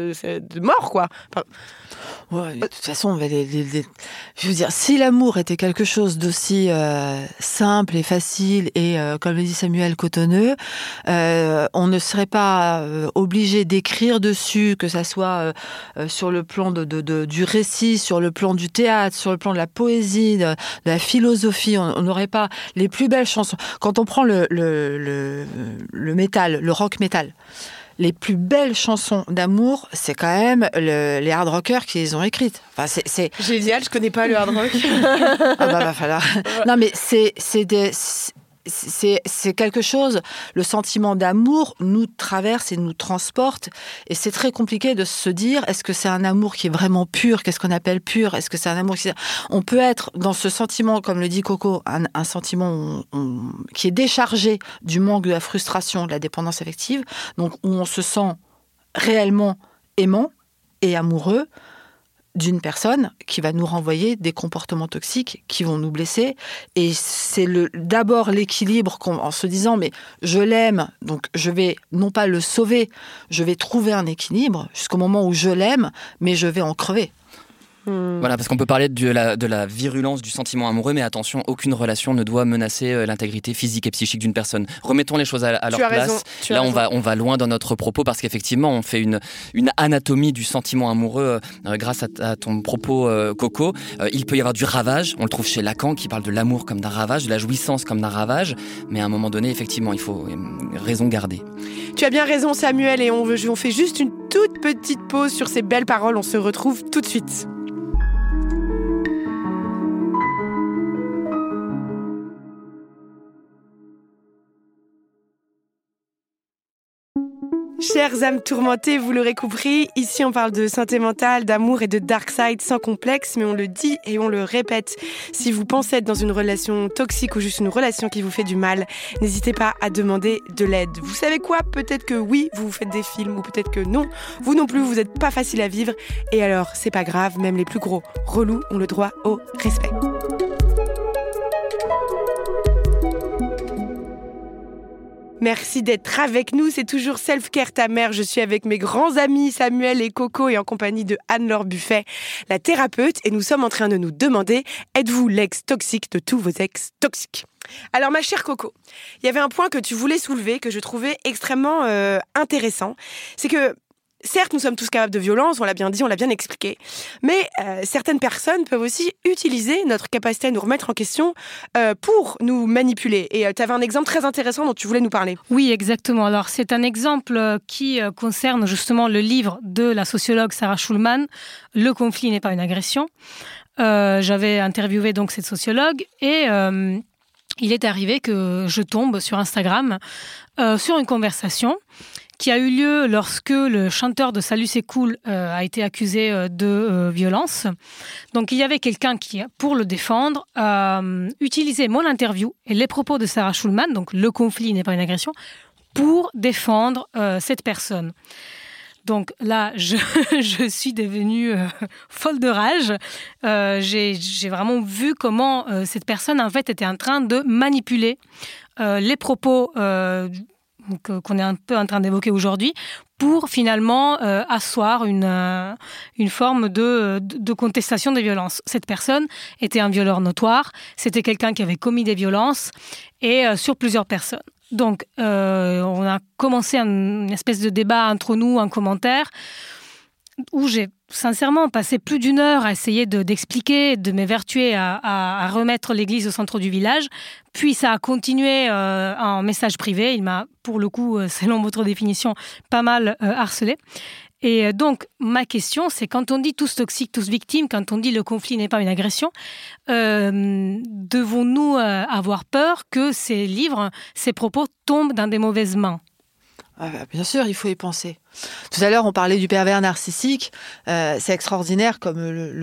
de mort, quoi. Enfin, ouais, de toute façon, je veux dire, si l'amour était quelque chose d'aussi simple et facile et, comme le dit Samuel, cotonneux, on ne serait pas obligé d'écrire dessus, que ça soit sur le plan du récit, sur le plan du théâtre, sur le plan de la poésie, de la philosophie. On n'aurait pas les plus belles chansons. Quand on prend le métal, le rock métal, les plus belles chansons d'amour, c'est quand même les hard rockers qui les ont écrites. Enfin, c'est génial, je connais pas le hard rock. Ah bah, va falloir. Non, mais c'est quelque chose, le sentiment d'amour nous traverse et nous transporte, et c'est très compliqué de se dire, est-ce que c'est un amour qui est vraiment pur? Qu'est-ce qu'on appelle pur? Est-ce que c'est un amour on peut être dans ce sentiment, comme le dit Coco, un sentiment qui est déchargé du manque, de la frustration, de la dépendance affective, donc où on se sent réellement aimant et amoureux d'une personne qui va nous renvoyer des comportements toxiques qui vont nous blesser. Et c'est d'abord l'équilibre en se disant, mais je l'aime, donc je vais non pas le sauver, je vais trouver un équilibre jusqu'au moment où je l'aime, mais je vais en crever. Voilà, parce qu'on peut parler de la virulence du sentiment amoureux, mais attention, aucune relation ne doit menacer l'intégrité physique et psychique d'une personne. Remettons les choses à leur place. Là, on va loin dans notre propos, parce qu'effectivement, on fait une anatomie du sentiment amoureux grâce à ton propos, Coco. Il peut y avoir du ravage, on le trouve chez Lacan, qui parle de l'amour comme d'un ravage, de la jouissance comme d'un ravage, mais à un moment donné, effectivement, il faut raison garder. Tu as bien raison, Samuel, et on fait juste une toute petite pause sur ces belles paroles. On se retrouve tout de suite. Chères âmes tourmentées, vous l'aurez compris, ici on parle de santé mentale, d'amour et de dark side sans complexe, mais on le dit et on le répète. Si vous pensez être dans une relation toxique ou juste une relation qui vous fait du mal, n'hésitez pas à demander de l'aide. Vous savez quoi? Peut-être que oui, vous faites des films, ou peut-être que non. Vous non plus, vous n'êtes pas facile à vivre. Et alors, c'est pas grave, même les plus gros relous ont le droit au respect. Merci d'être avec nous, c'est toujours Self-Care ta mère. Je suis avec mes grands amis Samuel et Coco et en compagnie de Anne-Laure Buffet, la thérapeute, et nous sommes en train de nous demander, êtes-vous l'ex toxique de tous vos ex toxiques? Alors ma chère Coco, il y avait un point que tu voulais soulever, que je trouvais extrêmement intéressant, c'est que certes, nous sommes tous capables de violence, on l'a bien dit, on l'a bien expliqué, mais certaines personnes peuvent aussi utiliser notre capacité à nous remettre en question pour nous manipuler. Et tu avais un exemple très intéressant dont tu voulais nous parler. Oui, exactement. Alors, c'est un exemple qui concerne justement le livre de la sociologue Sarah Schulman, « Le conflit n'est pas une agression ». J'avais interviewé donc cette sociologue et il est arrivé que je tombe sur Instagram sur une conversation qui a eu lieu lorsque le chanteur de Salut c'est cool a été accusé de violence. Donc il y avait quelqu'un qui, pour le défendre, utilisait mon interview et les propos de Sarah Schulman, donc le conflit n'est pas une agression, pour défendre cette personne. Donc là, je suis devenue folle de rage. J'ai vraiment vu comment cette personne en fait était en train de manipuler les propos qu'on est un peu en train d'évoquer aujourd'hui, pour finalement asseoir une forme de contestation des violences. Cette personne était un violeur notoire, c'était quelqu'un qui avait commis des violences, et sur plusieurs personnes. Donc, on a commencé une espèce de débat entre nous, en commentaire, où j'ai sincèrement passé plus d'1 heure à essayer d'expliquer, de m'évertuer à remettre l'église au centre du village. Puis ça a continué en message privé. Il m'a, pour le coup, selon votre définition, pas mal harcelé. Et donc, ma question, c'est quand on dit tous toxiques, tous victimes, quand on dit le conflit n'est pas une agression, devons-nous avoir peur que ces livres, ces propos tombent dans des mauvaises mains? Bien sûr, il faut y penser. Tout à l'heure, on parlait du pervers narcissique. C'est extraordinaire comme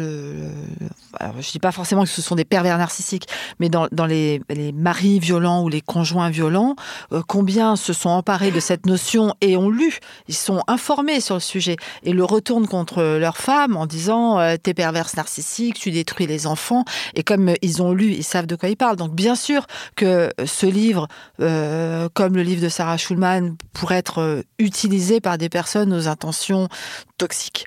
alors, je ne dis pas forcément que ce sont des pervers narcissiques, mais dans les maris violents ou les conjoints violents, combien se sont emparés de cette notion et ont lu, ils sont informés sur le sujet et le retournent contre leur femme en disant t'es perverse narcissique, tu détruis les enfants. Et comme ils ont lu, ils savent de quoi ils parlent. Donc bien sûr que ce livre, comme le livre de Sarah Schulman, pourrait être utilisé par des personnes personnes aux intentions toxiques.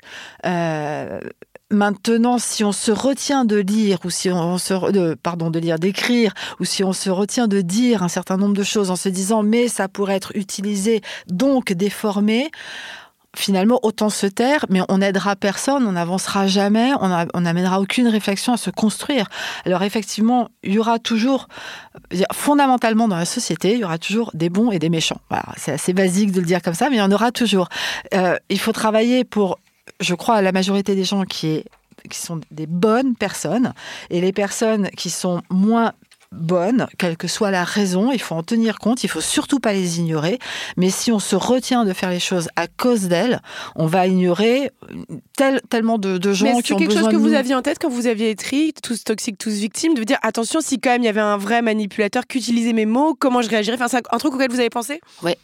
Maintenant, si on se retient de lire, ou si on d'écrire, ou si on se retient de dire un certain nombre de choses en se disant mais ça pourrait être utilisé, donc déformé, finalement, autant se taire, mais on n'aidera personne, on n'avancera jamais, on n'amènera aucune réflexion à se construire. Alors effectivement, il y aura toujours, fondamentalement dans la société, il y aura toujours des bons et des méchants. Voilà, c'est assez basique de le dire comme ça, mais il y en aura toujours. Il faut travailler pour, je crois, la majorité des gens qui sont des bonnes personnes, et les personnes qui sont moins bonnes, quelle que soit la raison, il faut en tenir compte, il faut surtout pas les ignorer, mais si on se retient de faire les choses à cause d'elles, on va ignorer tellement de gens qui ont besoin de nous. C'est quelque chose que vous aviez en tête quand vous aviez écrit « Tous toxiques, tous victimes », de vous dire attention, si quand même il y avait un vrai manipulateur qui utilisait mes mots, comment je réagirais, enfin, c'est un truc auquel vous avez pensé ? Oui.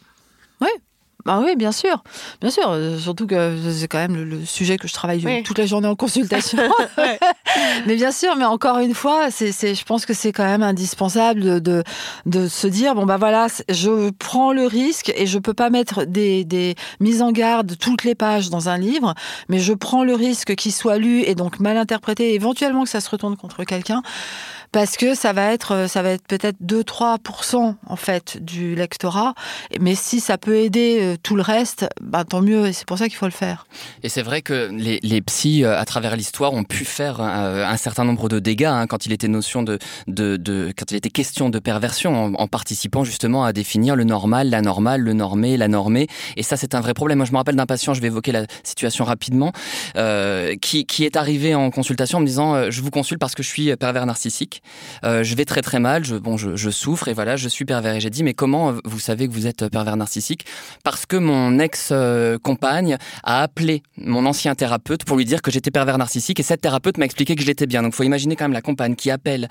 Ah oui, bien sûr. Surtout que c'est quand même le sujet que je travaille toute la journée en consultation. Mais bien sûr, mais encore une fois, je pense que c'est quand même indispensable de se dire, bon bah voilà, je prends le risque et je peux pas mettre des mises en garde toutes les pages dans un livre, mais je prends le risque qu'il soit lu et donc mal interprété, éventuellement que ça se retourne contre quelqu'un. Parce que ça va être peut-être 2-3% en fait du lectorat, mais si ça peut aider tout le reste, tant mieux, et c'est pour ça qu'il faut le faire. Et c'est vrai que les psys, à travers l'histoire, ont pu faire un certain nombre de dégâts quand il était quand il était question de perversion, en participant justement à définir le normal, la normale, le normé, la normée. Et ça, c'est un vrai problème. Moi, je me rappelle d'un patient, je vais évoquer la situation rapidement, qui est arrivé en consultation en me disant je vous consulte parce que je suis pervers narcissique. Je vais très très mal, je souffre et voilà, je suis pervers. Et j'ai dit mais comment vous savez que vous êtes pervers narcissique ? Parce que mon ex-compagne a appelé mon ancien thérapeute pour lui dire que j'étais pervers narcissique et cette thérapeute m'a expliqué que je l'étais bien. Donc il faut imaginer quand même la compagne qui appelle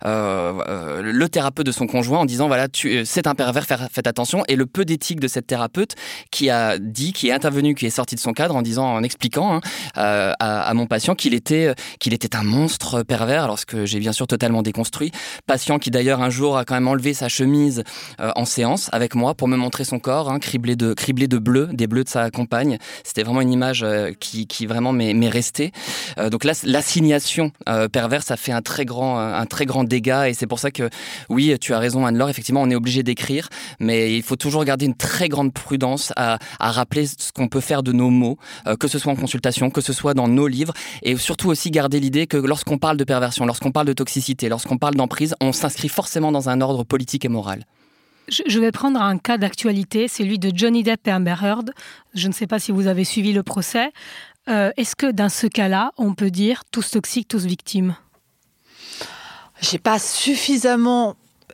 le thérapeute de son conjoint en disant voilà, c'est un pervers, faites attention. Et le peu d'éthique de cette thérapeute qui est intervenue, qui est sortie de son cadre en expliquant à mon patient qu'il était un monstre pervers, alors que j'ai bien sûr totalement déconstruit. Patient qui d'ailleurs un jour a quand même enlevé sa chemise en séance avec moi pour me montrer son corps, criblé de bleu, des bleus de sa compagne. C'était vraiment une image qui vraiment m'est restée. Donc là, l'assignation perverse, ça fait un très grand dégât et c'est pour ça que oui, tu as raison Anne-Laure, effectivement, on est obligé d'écrire, mais il faut toujours garder une très grande prudence à rappeler ce qu'on peut faire de nos mots, que ce soit en consultation, que ce soit dans nos livres, et surtout aussi garder l'idée que lorsqu'on parle de perversion, lorsqu'on parle de toxicité, lorsqu'on parle d'emprise, on s'inscrit forcément dans un ordre politique et moral. Je vais prendre un cas d'actualité, celui de Johnny Depp et Amber Heard. Je ne sais pas si vous avez suivi le procès. Est-ce que dans ce cas-là, on peut dire tous toxiques, tous victimes ? J'ai pas suffisamment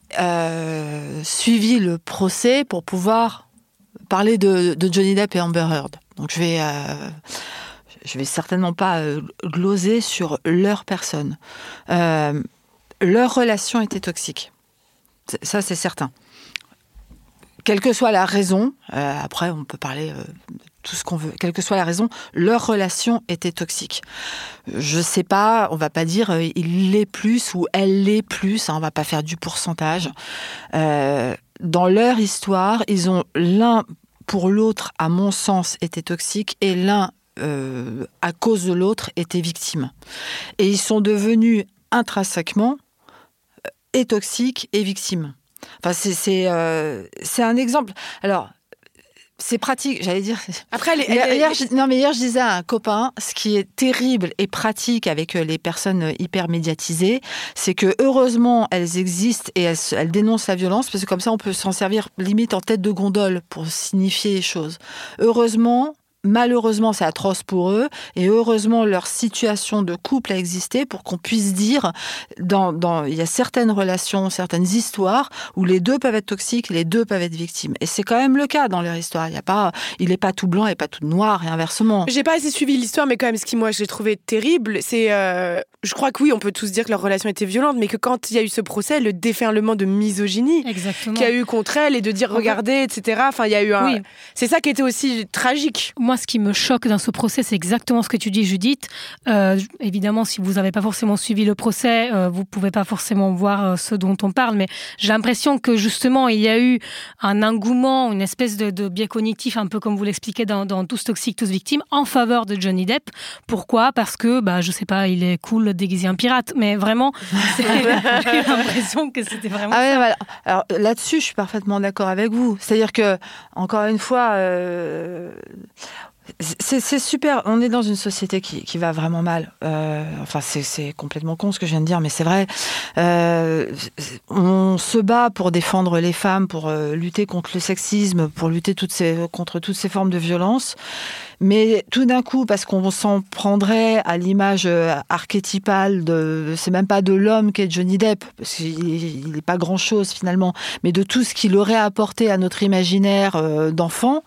suivi le procès pour pouvoir parler de Johnny Depp et Amber Heard. Donc je vais certainement pas gloser sur leur personne. Leur relation était toxique. Ça, c'est certain. Quelle que soit la raison, après on peut parler de tout ce qu'on veut, quelle que soit la raison, leur relation était toxique. Je sais pas, on va pas dire il l'est plus ou elle l'est plus, on va pas faire du pourcentage. Dans leur histoire, ils ont l'un pour l'autre, à mon sens, été toxiques et l'un, à cause de l'autre, était victime. Et ils sont devenus intrinsèquement et toxiques et victimes. Enfin, c'est un exemple. Alors, c'est pratique, j'allais dire. Après, hier, je disais à un copain, ce qui est terrible et pratique avec les personnes hyper médiatisées, c'est que heureusement, elles existent et elles dénoncent la violence, parce que comme ça, on peut s'en servir limite en tête de gondole pour signifier les choses. Heureusement, malheureusement, c'est atroce pour eux, et heureusement, leur situation de couple a existé pour qu'on puisse dire, il y a certaines relations, certaines histoires où les deux peuvent être toxiques, les deux peuvent être victimes. Et c'est quand même le cas dans leur histoire. Il n'est pas tout blanc et pas tout noir, et inversement. J'ai pas assez suivi l'histoire, mais quand même, ce qui, moi, j'ai trouvé terrible, c'est... je crois que oui, on peut tous dire que leur relation était violente, mais que quand il y a eu ce procès, le déferlement de misogynie qu'il y a eu contre elle, et de dire regardez, etc. Enfin, il y a eu un... Oui. C'est ça qui était aussi tragique. Moi, moi, ce qui me choque dans ce procès, c'est exactement ce que tu dis, Judith. Évidemment, si vous n'avez pas forcément suivi le procès, vous ne pouvez pas forcément voir ce dont on parle, mais j'ai l'impression que justement, il y a eu un engouement, une espèce de biais cognitif, un peu comme vous l'expliquez dans Tous toxiques, tous victimes, en faveur de Johnny Depp. Pourquoi ? Parce que, je sais pas, il est cool déguisé en pirate, mais vraiment, j'ai eu l'impression que c'était vraiment ça. Voilà. Alors là-dessus, je suis parfaitement d'accord avec vous. C'est-à-dire que, encore une fois, c'est super. On est dans une société qui va vraiment mal. C'est complètement con ce que je viens de dire, mais c'est vrai. On se bat pour défendre les femmes, pour lutter contre le sexisme, pour lutter contre toutes ces formes de violence. Mais tout d'un coup, parce qu'on s'en prendrait à l'image archétypale c'est même pas de l'homme qu'est Johnny Depp, parce qu'il n'est pas grand-chose finalement, mais de tout ce qu'il aurait apporté à notre imaginaire d'enfant,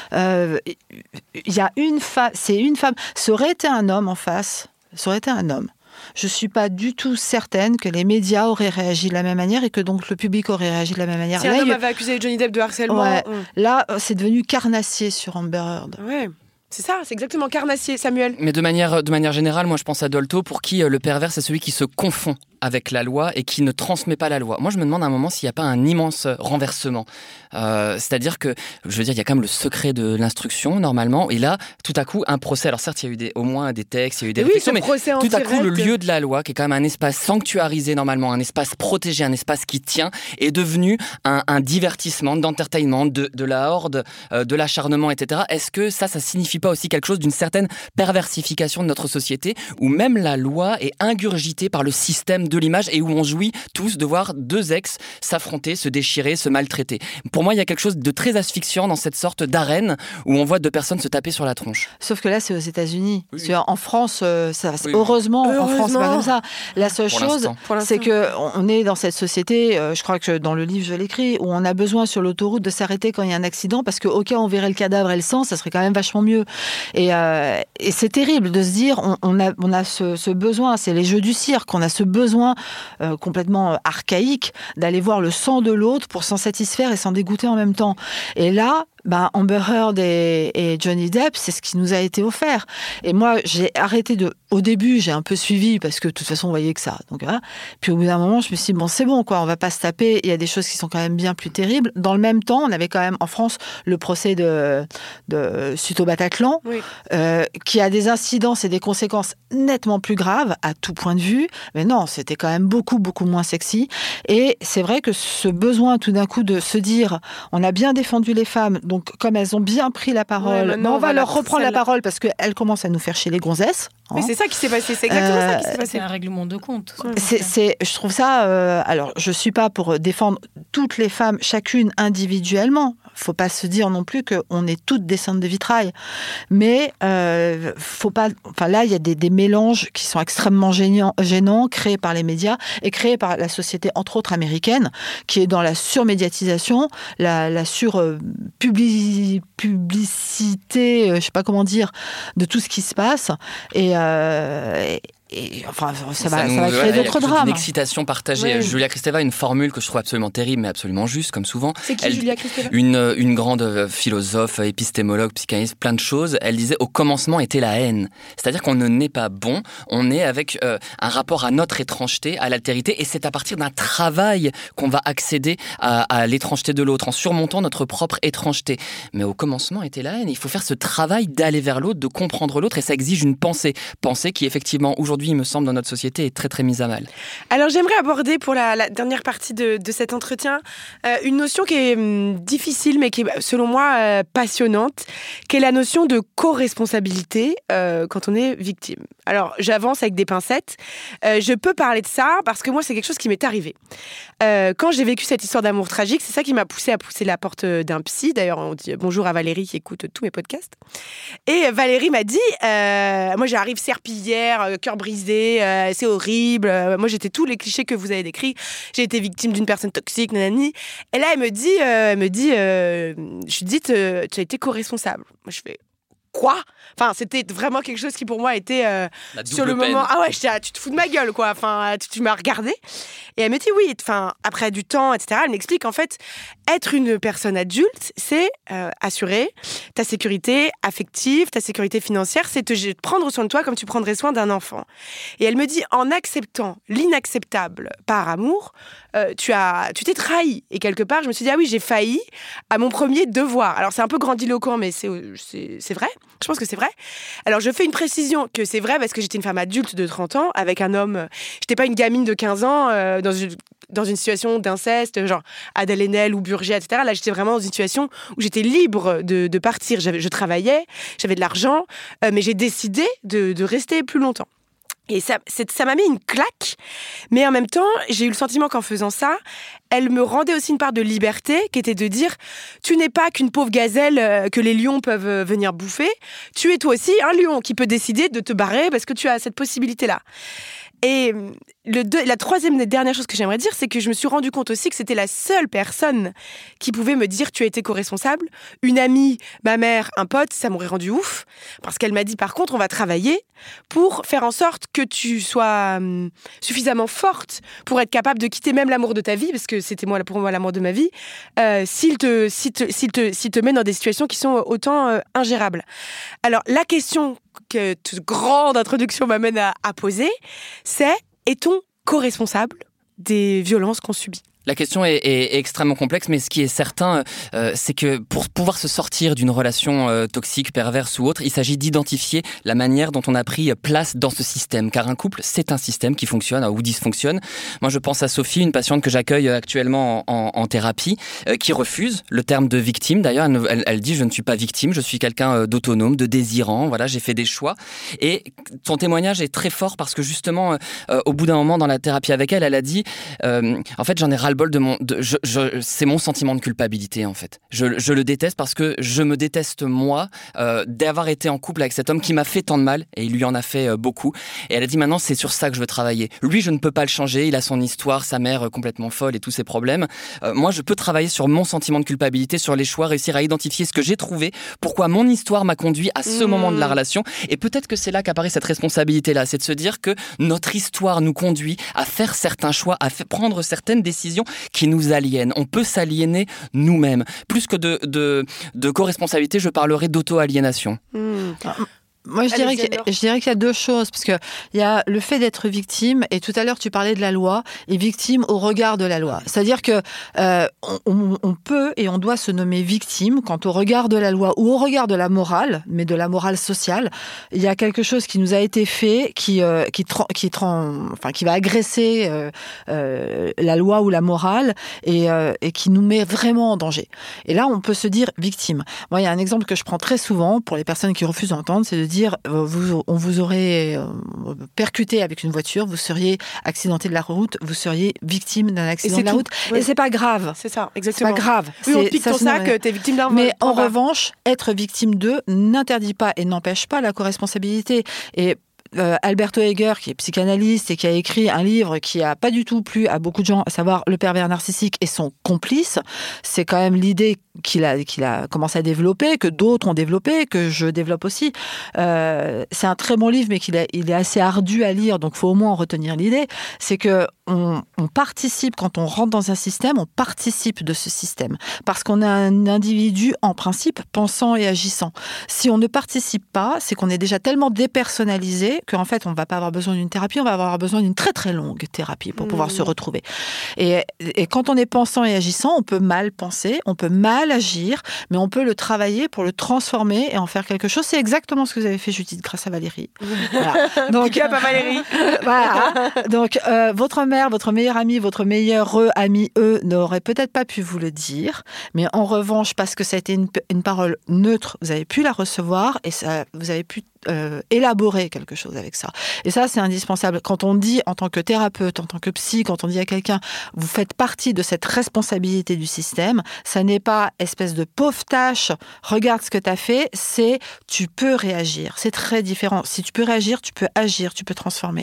il y a c'est une femme. Ça aurait été un homme en face, ça aurait été un homme. Je ne suis pas du tout certaine que les médias auraient réagi de la même manière et que donc le public aurait réagi de la même manière. Si un homme avait accusé Johnny Depp de harcèlement... Là, c'est devenu carnassier sur Amber Heard. Ouais. C'est ça, c'est exactement carnassier, Samuel. Mais de manière générale, moi je pense à Dolto, pour qui le pervers c'est celui qui se confond avec la loi et qui ne transmet pas la loi. Moi je me demande à un moment s'il n'y a pas un immense renversement. C'est-à-dire que, je veux dire, il y a quand même le secret de l'instruction normalement, et là, tout à coup, un procès. Alors certes, il y a eu au moins des textes, il y a eu des réflexions, mais tout à coup, le lieu de la loi, qui est quand même un espace sanctuarisé normalement, un espace protégé, un espace qui tient, est devenu un divertissement, d'entertainment, de la horde, de l'acharnement, etc. Est-ce que ça signifie pas aussi quelque chose d'une certaine perversification de notre société, où même la loi est ingurgitée par le système de l'image et où on jouit tous de voir deux ex s'affronter, se déchirer, se maltraiter. Pour moi, il y a quelque chose de très asphyxiant dans cette sorte d'arène où on voit deux personnes se taper sur la tronche. Sauf que là, c'est aux États-Unis. Oui. En France, heureusement, en France, c'est pas comme ça. La seule chose, c'est qu'on est dans cette société, je crois que dans le livre, je l'écris, où on a besoin sur l'autoroute de s'arrêter quand il y a un accident parce qu'au cas où on verrait le cadavre et le sang, ça serait quand même vachement mieux. Et c'est terrible de se dire, on a ce besoin, c'est les jeux du cirque, on a ce besoin complètement archaïque d'aller voir le sang de l'autre pour s'en satisfaire et s'en dégoûter en même temps. Et là, Amber Heard et Johnny Depp, c'est ce qui nous a été offert. Et moi, j'ai arrêté au début, j'ai un peu suivi parce que de toute façon, on voyait que ça. Donc, voilà. Puis au bout d'un moment, je me suis dit, c'est bon, quoi, on va pas se taper. Il y a des choses qui sont quand même bien plus terribles. Dans le même temps, on avait quand même en France le procès de suite au Bataclan, oui. Qui a des incidences et des conséquences nettement plus graves à tout point de vue. Mais non, c'était quand même beaucoup, beaucoup moins sexy. Et c'est vrai que ce besoin tout d'un coup de se dire, on a bien défendu les femmes, donc comme elles ont bien pris la parole, on va leur reprendre la parole parce qu'elles commencent à nous faire chier les gonzesses. Mais c'est ça qui s'est passé, c'est exactement ça qui s'est passé. C'est un règlement de compte. Je trouve ça... alors, je ne suis pas pour défendre toutes les femmes, chacune individuellement. Il ne faut pas se dire non plus qu'on est toutes des saintes de vitrail. Mais faut pas... Enfin, là, il y a des mélanges qui sont extrêmement gênants, créés par les médias et créés par la société, entre autres américaine, qui est dans la surmédiatisation, la surpublicité, je ne sais pas comment dire, de tout ce qui se passe. Et enfin, ça va créer d'autres drames. Une excitation partagée. Oui. Julia Kristeva a une formule que je trouve absolument terrible, mais absolument juste, comme souvent. C'est qui, Julia Kristeva ? Une grande philosophe, épistémologue, psychanalyste, plein de choses. Elle disait, au commencement était la haine. C'est-à-dire qu'on ne naît pas bon, on est avec un rapport à notre étrangeté, à l'altérité, et c'est à partir d'un travail qu'on va accéder à l'étrangeté de l'autre, en surmontant notre propre étrangeté. Mais au commencement était la haine. Il faut faire ce travail d'aller vers l'autre, de comprendre l'autre, et ça exige une pensée qui effectivement, aujourd'hui, il me semble, dans notre société, est très très mise à mal. Alors j'aimerais aborder pour la dernière partie de cet entretien une notion qui est difficile mais qui est selon moi passionnante, qui est la notion de co-responsabilité quand on est victime. Alors j'avance avec des pincettes, je peux parler de ça parce que moi c'est quelque chose qui m'est arrivé. Quand j'ai vécu cette histoire d'amour tragique, c'est ça qui m'a poussé à pousser la porte d'un psy. D'ailleurs on dit bonjour à Valérie qui écoute tous mes podcasts. Et Valérie m'a dit, moi j'arrive serpillière, cœur brisé, c'est horrible. Moi, j'étais tous les clichés que vous avez décrits. J'ai été victime d'une personne toxique, nanani. Et là, elle me dit, je lui dis, tu as été co-responsable. Moi, je fais, quoi ? Enfin, c'était vraiment quelque chose qui pour moi était sur le moment. Ah ouais, tu te fous de ma gueule, quoi. Enfin, tu m'as regardé. Et elle me dit oui. Enfin, après du temps, etc. Elle m'explique en fait, être une personne adulte, c'est assurer ta sécurité affective, ta sécurité financière, c'est te prendre soin de toi comme tu prendrais soin d'un enfant. Et elle me dit, en acceptant l'inacceptable par amour, tu t'es trahi. Et quelque part, je me suis dit, ah oui, j'ai failli à mon premier devoir. Alors, c'est un peu grandiloquent, mais c'est vrai. Je pense que c'est vrai. Alors, je fais une précision que c'est vrai parce que j'étais une femme adulte de 30 ans avec un homme. J'étais pas une gamine de 15 ans dans une situation d'inceste, genre Adèle Haenel ou Burgia, etc. Là, j'étais vraiment dans une situation où j'étais libre de partir. Je travaillais, j'avais de l'argent, mais j'ai décidé de rester plus longtemps. Et ça m'a mis une claque, mais en même temps, j'ai eu le sentiment qu'en faisant ça, elle me rendait aussi une part de liberté, qui était de dire, tu n'es pas qu'une pauvre gazelle que les lions peuvent venir bouffer, tu es toi aussi un lion qui peut décider de te barrer parce que tu as cette possibilité-là. Et la troisième et dernière chose que j'aimerais dire, c'est que je me suis rendu compte aussi que c'était la seule personne qui pouvait me dire tu as été co-responsable. Une amie, ma mère, un pote, ça m'aurait rendu ouf. Parce qu'elle m'a dit par contre, on va travailler pour faire en sorte que tu sois suffisamment forte pour être capable de quitter même l'amour de ta vie, parce que c'était pour moi l'amour de ma vie, s'il te met dans des situations qui sont autant ingérables. Alors la question que toute grande introduction m'amène à poser, c'est est-on co-responsable des violences qu'on subit ? La question est extrêmement complexe, mais ce qui est certain, c'est que pour pouvoir se sortir d'une relation toxique, perverse ou autre, il s'agit d'identifier la manière dont on a pris place dans ce système. Car un couple, c'est un système qui fonctionne ou dysfonctionne. Moi, je pense à Sophie, une patiente que j'accueille actuellement en thérapie, qui refuse le terme de victime. D'ailleurs, elle dit « je ne suis pas victime, je suis quelqu'un d'autonome, de désirant, voilà, j'ai fait des choix ». Et son témoignage est très fort parce que justement, au bout d'un moment dans la thérapie avec elle a dit « en fait, j'en ai ras-le-bol c'est mon sentiment de culpabilité en fait. Je le déteste parce que je me déteste moi d'avoir été en couple avec cet homme qui m'a fait tant de mal et il lui en a fait beaucoup. Et elle a dit maintenant c'est sur ça que je veux travailler. Lui je ne peux pas le changer, il a son histoire, sa mère complètement folle et tous ses problèmes. Moi je peux travailler sur mon sentiment de culpabilité, sur les choix, réussir à identifier ce que j'ai trouvé, pourquoi mon histoire m'a conduit à ce moment de la relation. Et peut-être que c'est là qu'apparaît cette responsabilité là, c'est de se dire que notre histoire nous conduit à faire certains choix, à prendre certaines décisions qui nous aliènent. On peut s'aliéner nous-mêmes. Plus que de co-responsabilité, je parlerai d'auto-aliénation. Moi, je dirais qu'il y a deux choses, parce que il y a le fait d'être victime, et tout à l'heure tu parlais de la loi, et victime au regard de la loi. C'est-à-dire que on peut et on doit se nommer victime quand au regard de la loi ou au regard de la morale, mais de la morale sociale, il y a quelque chose qui nous a été fait, qui va agresser la loi ou la morale et qui nous met vraiment en danger. Et là, on peut se dire victime. Moi, il y a un exemple que je prends très souvent pour les personnes qui refusent d'entendre, c'est de dire on vous aurait percuté avec une voiture, vous seriez accidenté de la route, vous seriez victime d'un accident de la route. Oui. Et c'est pas grave. C'est ça, exactement. C'est pas grave. Oui, on pique ton sac, t'es victime d'un vol. Mais en revanche, être victime d'eux n'interdit pas et n'empêche pas la co-responsabilité. Et Alberto Heger, qui est psychanalyste et qui a écrit un livre qui a pas du tout plu à beaucoup de gens, à savoir Le pervers narcissique et son complice, c'est quand même l'idée qu'il a commencé à développer, que d'autres ont développé, que je développe aussi. C'est un très bon livre, mais il est assez ardu à lire, donc il faut au moins en retenir l'idée. C'est que on participe, quand on rentre dans un système, on participe de ce système. Parce qu'on est un individu, en principe, pensant et agissant. Si on ne participe pas, c'est qu'on est déjà tellement dépersonnalisé qu'en fait, on ne va pas avoir besoin d'une thérapie, on va avoir besoin d'une très très longue thérapie pour pouvoir se retrouver. Et quand on est pensant et agissant, on peut mal penser, on peut mal agir, mais on peut le travailler pour le transformer et en faire quelque chose. C'est exactement ce que vous avez fait, Judith, grâce à Valérie. Voilà. Donc, big up à Valérie. Voilà. Donc, votre mère, votre meilleure amie, votre meilleur ami, n'auraient peut-être pas pu vous le dire, mais en revanche, parce que ça a été une parole neutre, vous avez pu la recevoir et ça, vous avez pu élaborer quelque chose avec ça. Et ça, c'est indispensable. Quand on dit, en tant que thérapeute, en tant que psy, quand on dit à quelqu'un, vous faites partie de cette responsabilité du système, ça n'est pas espèce de pauvre tâche, regarde ce que tu as fait, c'est tu peux réagir. C'est très différent. Si tu peux réagir, tu peux agir, tu peux transformer.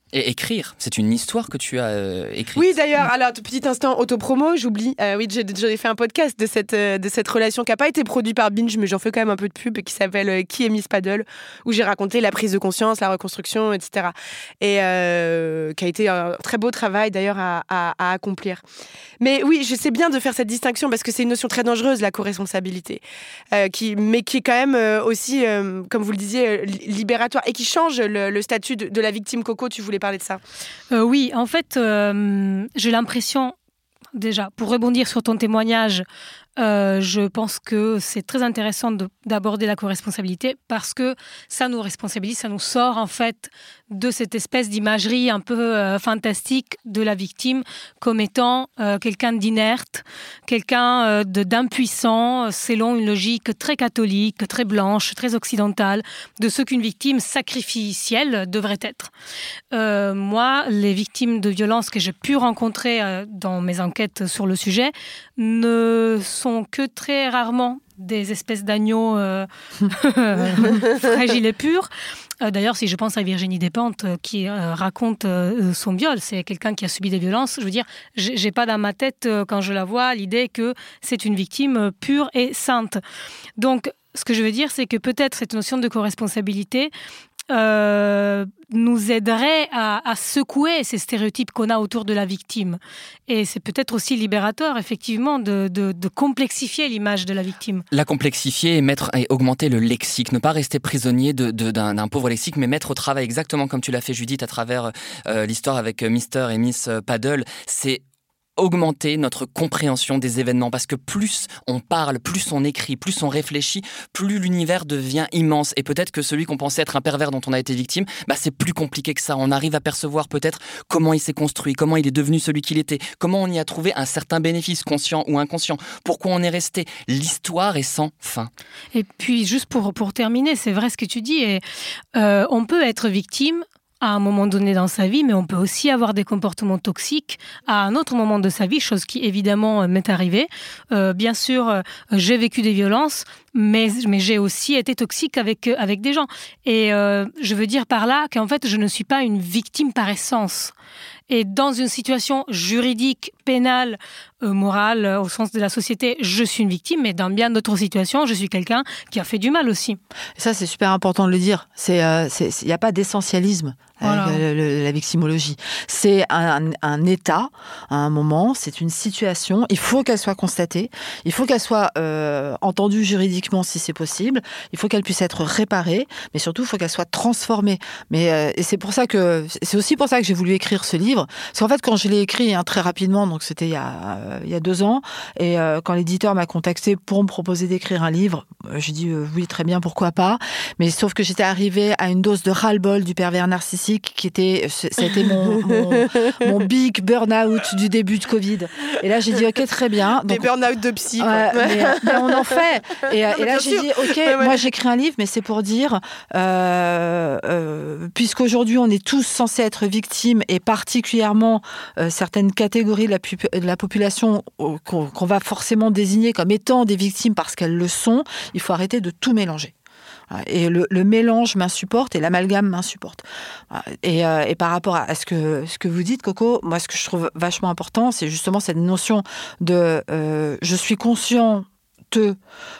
Et écrire, c'est une histoire que tu as écrite. Oui, d'ailleurs, alors, petit instant autopromo, j'oublie. Oui, j'ai fait un podcast de cette relation qui n'a pas été produit par Binge, mais j'en fais quand même un peu de pub, qui s'appelle Qui est Miss Paddle, où j'ai raconté la prise de conscience, la reconstruction, etc. Et qui a été un très beau travail, d'ailleurs, à accomplir. Mais oui, je sais bien de faire cette distinction, parce que c'est une notion très dangereuse, la co-responsabilité, mais qui est quand même aussi, comme vous le disiez, libératoire, et qui change le statut de la victime. Coco, tu voulais parler de ça? Oui, en fait, j'ai l'impression, déjà, pour rebondir sur ton témoignage, je pense que c'est très intéressant d'aborder la co-responsabilité parce que ça nous responsabilise, ça nous sort en fait de cette espèce d'imagerie un peu fantastique de la victime comme étant quelqu'un d'inerte, quelqu'un d'impuissant selon une logique très catholique, très blanche, très occidentale de ce qu'une victime sacrificielle devrait être. Moi, les victimes de violences que j'ai pu rencontrer dans mes enquêtes sur le sujet ne sont que très rarement des espèces d'agneaux fragiles et purs. D'ailleurs, si je pense à Virginie Despentes qui raconte son viol, c'est quelqu'un qui a subi des violences. Je veux dire, j'ai pas dans ma tête, quand je la vois, l'idée que c'est une victime pure et sainte. Donc, ce que je veux dire, c'est que peut-être cette notion de co-responsabilité nous aiderait à secouer ces stéréotypes qu'on a autour de la victime. Et c'est peut-être aussi libérateur, effectivement, de complexifier l'image de la victime. La complexifier et augmenter le lexique, ne pas rester prisonnier d'un pauvre lexique, mais mettre au travail exactement comme tu l'as fait, Judith, à travers l'histoire avec Mr. et Miss Paddle. C'est augmenter notre compréhension des événements, parce que plus on parle, plus on écrit, plus on réfléchit, plus l'univers devient immense. Et peut-être que celui qu'on pensait être un pervers dont on a été victime, c'est plus compliqué que ça. On arrive à percevoir peut-être comment il s'est construit, comment il est devenu celui qu'il était, comment on y a trouvé un certain bénéfice, conscient ou inconscient, pourquoi on est resté. L'histoire est sans fin. Et puis, juste pour terminer, c'est vrai ce que tu dis, et on peut être victime à un moment donné dans sa vie, mais on peut aussi avoir des comportements toxiques à un autre moment de sa vie, chose qui évidemment m'est arrivée. Bien sûr, j'ai vécu des violences, mais j'ai aussi été toxique avec des gens. Et je veux dire par là qu'en fait, je ne suis pas une victime par essence. Et dans une situation juridique, pénale, morale, au sens de la société, je suis une victime, mais dans bien d'autres situations, je suis quelqu'un qui a fait du mal aussi. Et ça, c'est super important de le dire. Il n'y a pas d'essentialisme avec la victimologie. C'est un état, à un moment, c'est une situation. Il faut qu'elle soit constatée, il faut qu'elle soit entendue juridiquement si c'est possible, il faut qu'elle puisse être réparée, mais surtout, il faut qu'elle soit transformée. Et c'est aussi pour ça que j'ai voulu écrire ce livre. Parce qu'en fait, quand je l'ai écrit très rapidement, donc c'était il y a 2 ans, et quand l'éditeur m'a contacté pour me proposer d'écrire un livre, j'ai dit oui, très bien, pourquoi pas. Mais sauf que j'étais arrivée à une dose de ras-le-bol du pervers narcissique c'était mon big burn-out du début de Covid. Et là, j'ai dit ok, très bien. Des burn-out de psy. Mais on en fait. Et là, j'ai dit ok, moi j'écris un livre, mais c'est pour dire, puisqu'aujourd'hui on est tous censés être victimes, et particulièrement certaines catégories de la population qu'on va forcément désigner comme étant des victimes parce qu'elles le sont, il faut arrêter de tout mélanger. Et le mélange m'insupporte et l'amalgame m'insupporte. Et par rapport à ce que vous dites, Coco, moi ce que je trouve vachement important, c'est justement cette notion de je suis conscient que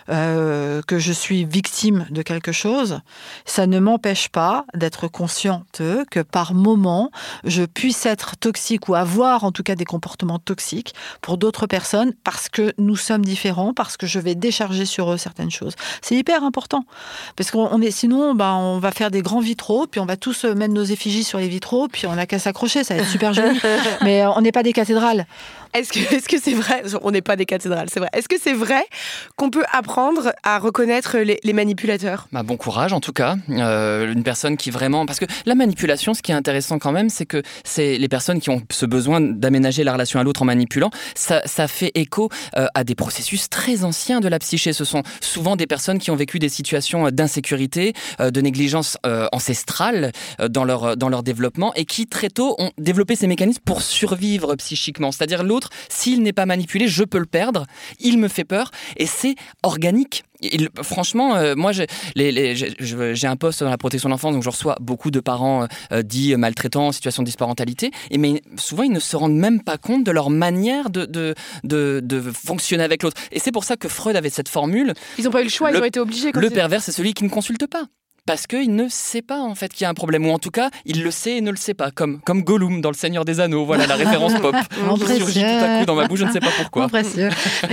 je suis victime de quelque chose, ça ne m'empêche pas d'être consciente que par moment, je puisse être toxique ou avoir en tout cas des comportements toxiques pour d'autres personnes parce que nous sommes différents, parce que je vais décharger sur eux certaines choses. C'est hyper important parce sinon on va faire des grands vitraux, puis on va tous mettre nos effigies sur les vitraux, puis on n'a qu'à s'accrocher, ça va être super joli. Mais on n'est pas des cathédrales. Est-ce que c'est vrai? On n'est pas des cathédrales, c'est vrai. Est-ce que c'est vrai qu'on peut apprendre à reconnaître les manipulateurs? Bon courage en tout cas. Une personne qui vraiment... Parce que la manipulation, ce qui est intéressant quand même, c'est que c'est les personnes qui ont ce besoin d'aménager la relation à l'autre en manipulant, ça fait écho à des processus très anciens de la psyché. Ce sont souvent des personnes qui ont vécu des situations d'insécurité, de négligence ancestrale dans leur développement, et qui très tôt ont développé ces mécanismes pour survivre psychiquement. C'est-à-dire l'autre l'autre, s'il n'est pas manipulé, je peux le perdre, il me fait peur, et c'est organique. Franchement, moi j'ai un poste dans la protection de l'enfance, donc je reçois beaucoup de parents dits maltraitants en situation de dysparentalité, mais souvent ils ne se rendent même pas compte de leur manière de fonctionner avec l'autre. Et c'est pour ça que Freud avait cette formule. Ils n'ont pas eu le choix, ils ont été obligés. Le pervers, c'est celui qui ne consulte pas. Parce qu'il ne sait pas en fait qu'il y a un problème, ou en tout cas il le sait et ne le sait pas, comme Gollum dans Le Seigneur des Anneaux. Voilà la référence pop qui surgit tout à coup dans ma bouche, je ne sais pas pourquoi. Précieux.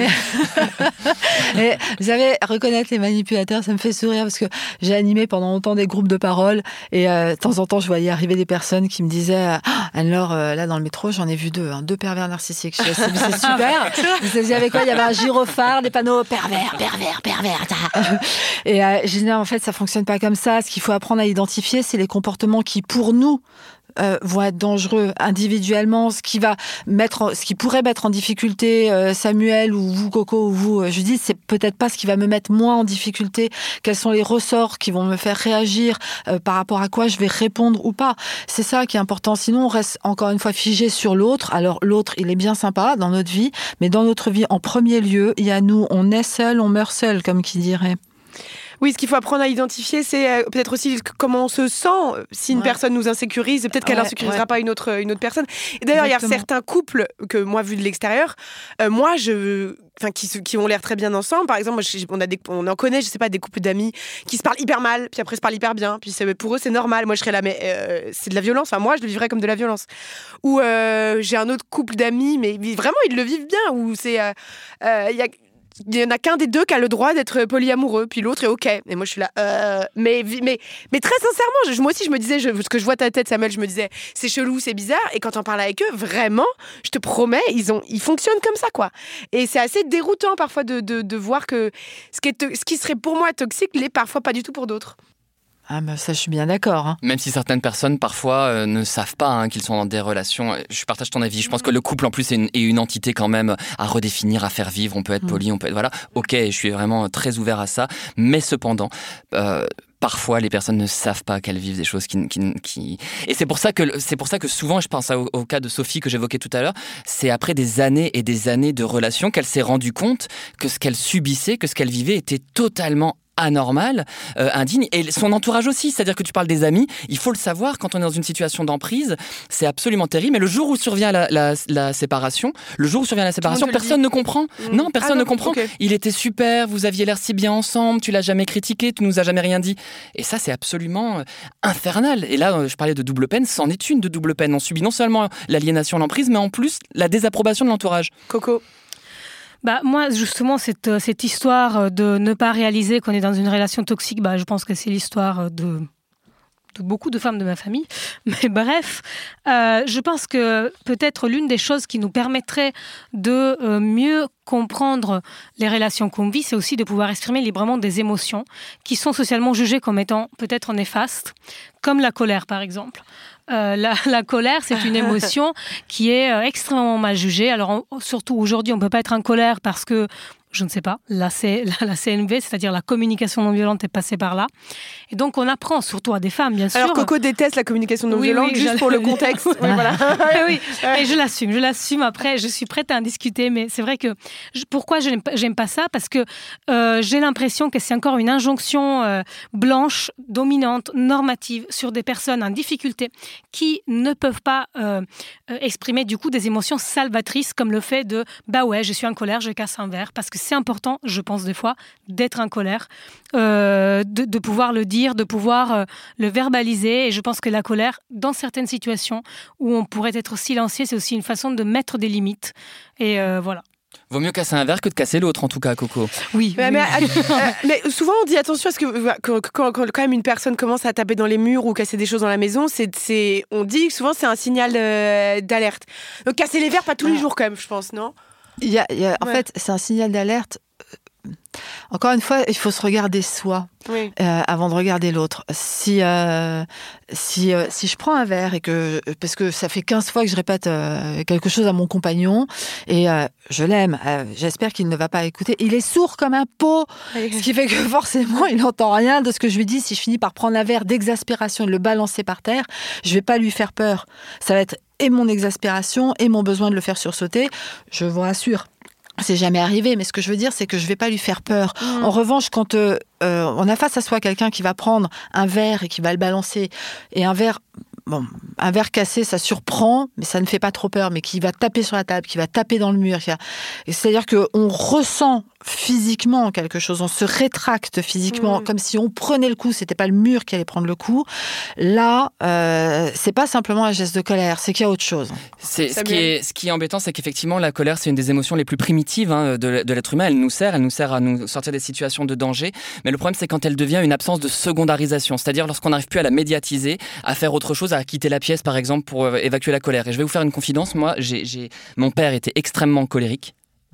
Et vous savez, reconnaître les manipulateurs, ça me fait sourire parce que j'ai animé pendant longtemps des groupes de parole et de temps en temps je voyais arriver des personnes qui me disaient alors là dans le métro j'en ai vu deux pervers narcissiques. C'est super. Vous savez quoi, il y avait un gyrophare, des panneaux pervers. Et je disais en fait ça fonctionne pas comme ça. Ce qu'il faut apprendre à identifier, c'est les comportements qui, pour nous, vont être dangereux individuellement, ce qui pourrait mettre en difficulté Samuel ou vous Coco ou vous Judith, c'est peut-être pas ce qui va me mettre moi en difficulté. Quels sont les ressorts qui vont me faire réagir, par rapport à quoi je vais répondre ou pas. C'est ça qui est important. Sinon, on reste encore une fois figé sur l'autre. Alors l'autre, il est bien sympa dans notre vie, mais dans notre vie, en premier lieu, il y a nous. On est seul, on meurt seul, comme qui dirait. Oui, ce qu'il faut apprendre à identifier, c'est peut-être aussi comment on se sent si une personne nous insécurise. Peut-être qu'elle insécurisera pas une autre personne. Et d'ailleurs, il y a certains couples que moi, vu de l'extérieur, qui ont l'air très bien ensemble. Par exemple, on en connaît, je sais pas, des couples d'amis qui se parlent hyper mal, puis après se parlent hyper bien. Puis pour eux, c'est normal. Moi, je serais là, mais c'est de la violence. Enfin, moi, je le vivrais comme de la violence. Ou j'ai un autre couple d'amis, mais vraiment, ils le vivent bien. Où c'est, il y en a qu'un des deux qui a le droit d'être polyamoureux, puis l'autre est OK. Et moi, je suis là, mais très sincèrement, moi aussi, je me disais, ce que je vois ta tête, Samuel, je me disais, c'est chelou, c'est bizarre. Et quand on parle avec eux, vraiment, je te promets, ils fonctionnent comme ça, quoi. Et c'est assez déroutant parfois de voir que ce qui serait pour moi toxique l'est parfois pas du tout pour d'autres. Ah bah ça, je suis bien d'accord. Hein. Même si certaines personnes, parfois, ne savent pas qu'ils sont dans des relations. Je partage ton avis. Je pense que le couple, en plus, est une entité quand même à redéfinir, à faire vivre. On peut être poli, on peut être... Voilà. OK, je suis vraiment très ouvert à ça. Mais cependant... parfois, les personnes ne savent pas qu'elles vivent des choses qui... Et c'est pour ça que souvent, je pense au cas de Sophie que j'évoquais tout à l'heure, c'est après des années et des années de relations qu'elle s'est rendue compte que ce qu'elle subissait, que ce qu'elle vivait était totalement anormal, indigne, et son entourage aussi, c'est-à-dire que tu parles des amis, il faut le savoir, quand on est dans une situation d'emprise, c'est absolument terrible, mais le jour où survient la séparation, personne ne comprend. Non, personne ne comprend. Okay. Il était super, vous aviez l'air si bien ensemble, tu l'as jamais critiqué, tu nous as jamais rien dit. Et ça, c'est absolument infernal. Et là, je parlais de double peine, c'en est une de double peine. On subit non seulement l'aliénation, l'emprise, mais en plus la désapprobation de l'entourage. Coco. Moi, justement, cette histoire de ne pas réaliser qu'on est dans une relation toxique, je pense que c'est l'histoire de beaucoup de femmes de ma famille. Mais bref, je pense que peut-être l'une des choses qui nous permettrait de mieux comprendre les relations qu'on vit, c'est aussi de pouvoir exprimer librement des émotions qui sont socialement jugées comme étant peut-être néfastes, comme la colère, par exemple. La colère, c'est une émotion qui est extrêmement mal jugée. Alors, surtout aujourd'hui, on ne peut pas être en colère parce que, je ne sais pas, la CNV, c'est-à-dire la communication non violente, est passée par là. Et donc, on apprend, surtout à des femmes, bien sûr. Alors, Coco déteste la communication non violente, juste pour le contexte. Voilà. Oui, et je l'assume. Après, je suis prête à en discuter, mais c'est vrai que... Pourquoi j'aime pas ça ? Parce que j'ai l'impression que c'est encore une injonction blanche, dominante, normative, sur des personnes en difficulté qui ne peuvent pas exprimer, du coup, des émotions salvatrices, comme le fait de « je suis en colère, je casse un verre », parce que c'est important, je pense des fois, d'être en colère, de pouvoir le dire, de pouvoir le verbaliser. Et je pense que la colère, dans certaines situations où on pourrait être silencieux, c'est aussi une façon de mettre des limites. Et voilà. Vaut mieux casser un verre que de casser l'autre, en tout cas, Coco. Oui. Mais souvent, on dit attention, parce que quand même une personne commence à taper dans les murs ou casser des choses dans la maison, on dit souvent c'est un signal d'alerte. Donc casser les verres, pas tous les jours quand même, je pense, non ? En fait, c'est un signal d'alerte. Encore une fois, il faut se regarder soi avant de regarder l'autre. Si je prends un verre parce que ça fait 15 fois que je répète quelque chose à mon compagnon et je l'aime, j'espère qu'il ne va pas écouter. Il est sourd comme un pot, ce qui fait que forcément il n'entend rien de ce que je lui dis. Si je finis par prendre un verre d'exaspération et le balancer par terre, je vais pas lui faire peur. Ça va être et mon exaspération et mon besoin de le faire sursauter. Je vous rassure. C'est jamais arrivé, mais ce que je veux dire, c'est que je vais pas lui faire peur. En revanche, quand on a face à soi quelqu'un qui va prendre un verre et qui va le balancer, et un verre cassé, ça surprend, mais ça ne fait pas trop peur, mais qui va taper sur la table, qui va taper dans le mur. C'est-à-dire qu'on ressent physiquement quelque chose, on se rétracte physiquement, comme si on prenait le coup, c'était pas le mur qui allait prendre le coup. Là, c'est pas simplement un geste de colère, c'est qu'il y a autre chose. Ce qui est embêtant, c'est qu'effectivement, la colère, c'est une des émotions les plus primitives de l'être humain. Elle nous sert à nous sortir des situations de danger. Mais le problème, c'est quand elle devient une absence de secondarisation, c'est-à-dire lorsqu'on n'arrive plus à la médiatiser, à faire autre chose, à quitter la pièce, par exemple, pour évacuer la colère. Et je vais vous faire une confidence. Moi, mon père était extrêmement colérique.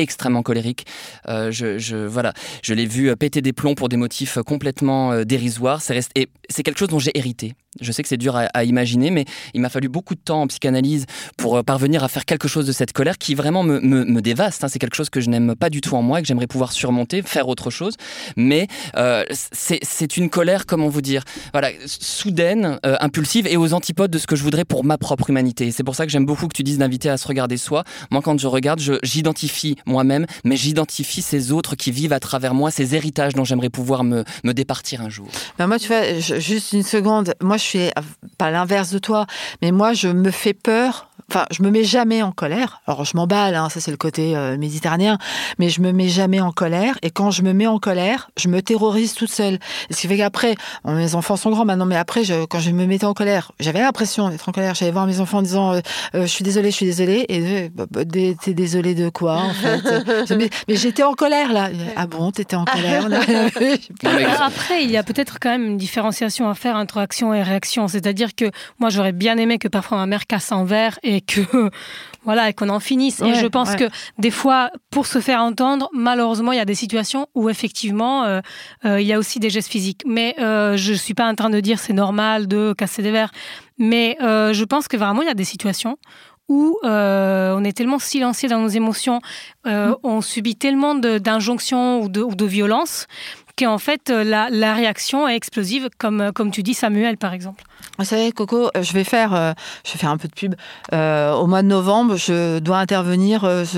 Je l'ai vu péter des plombs pour des motifs complètement dérisoires. Et c'est quelque chose dont j'ai hérité. Je sais que c'est dur à imaginer, mais il m'a fallu beaucoup de temps en psychanalyse pour parvenir à faire quelque chose de cette colère qui vraiment me dévaste. C'est quelque chose que je n'aime pas du tout en moi et que j'aimerais pouvoir surmonter, faire autre chose. Mais c'est une colère, comment vous dire, soudaine, impulsive et aux antipodes de ce que je voudrais pour ma propre humanité. Et c'est pour ça que j'aime beaucoup que tu dises d'inviter à se regarder soi. Moi, quand je regarde, j'identifie moi-même, mais j'identifie ces autres qui vivent à travers moi, ces héritages dont j'aimerais pouvoir me départir un jour. Moi, tu vois, juste une seconde. Moi, je suis pas l'inverse de toi, mais moi, je me fais peur. Enfin, je me mets jamais en colère. Alors, je m'emballe, ça c'est le côté méditerranéen, mais je me mets jamais en colère. Et quand je me mets en colère, je me terrorise toute seule. Et ce qui fait qu'après, mes enfants sont grands maintenant, mais après, quand je me mettais en colère, j'avais l'impression d'être en colère. J'allais voir mes enfants en disant je suis désolée. Et t'es désolée de quoi, en fait? mais j'étais en colère, là. Ah bon, t'étais en colère? Après, il y a peut-être quand même une différenciation à faire entre action et réaction. C'est-à-dire que moi, j'aurais bien aimé que parfois ma mère casse un verre et qu'on en finisse. Et je pense que des fois, pour se faire entendre, malheureusement, il y a des situations où effectivement, il y a aussi des gestes physiques. Mais je suis pas en train de dire c'est normal de casser des verres. Mais je pense que vraiment, il y a des situations où on est tellement silencié dans nos émotions, on subit tellement d'injonctions ou de violences qu'en fait, la réaction est explosive, comme tu dis, Samuel, par exemple. Vous savez, Coco, je vais faire un peu de pub. Au mois de novembre, je dois intervenir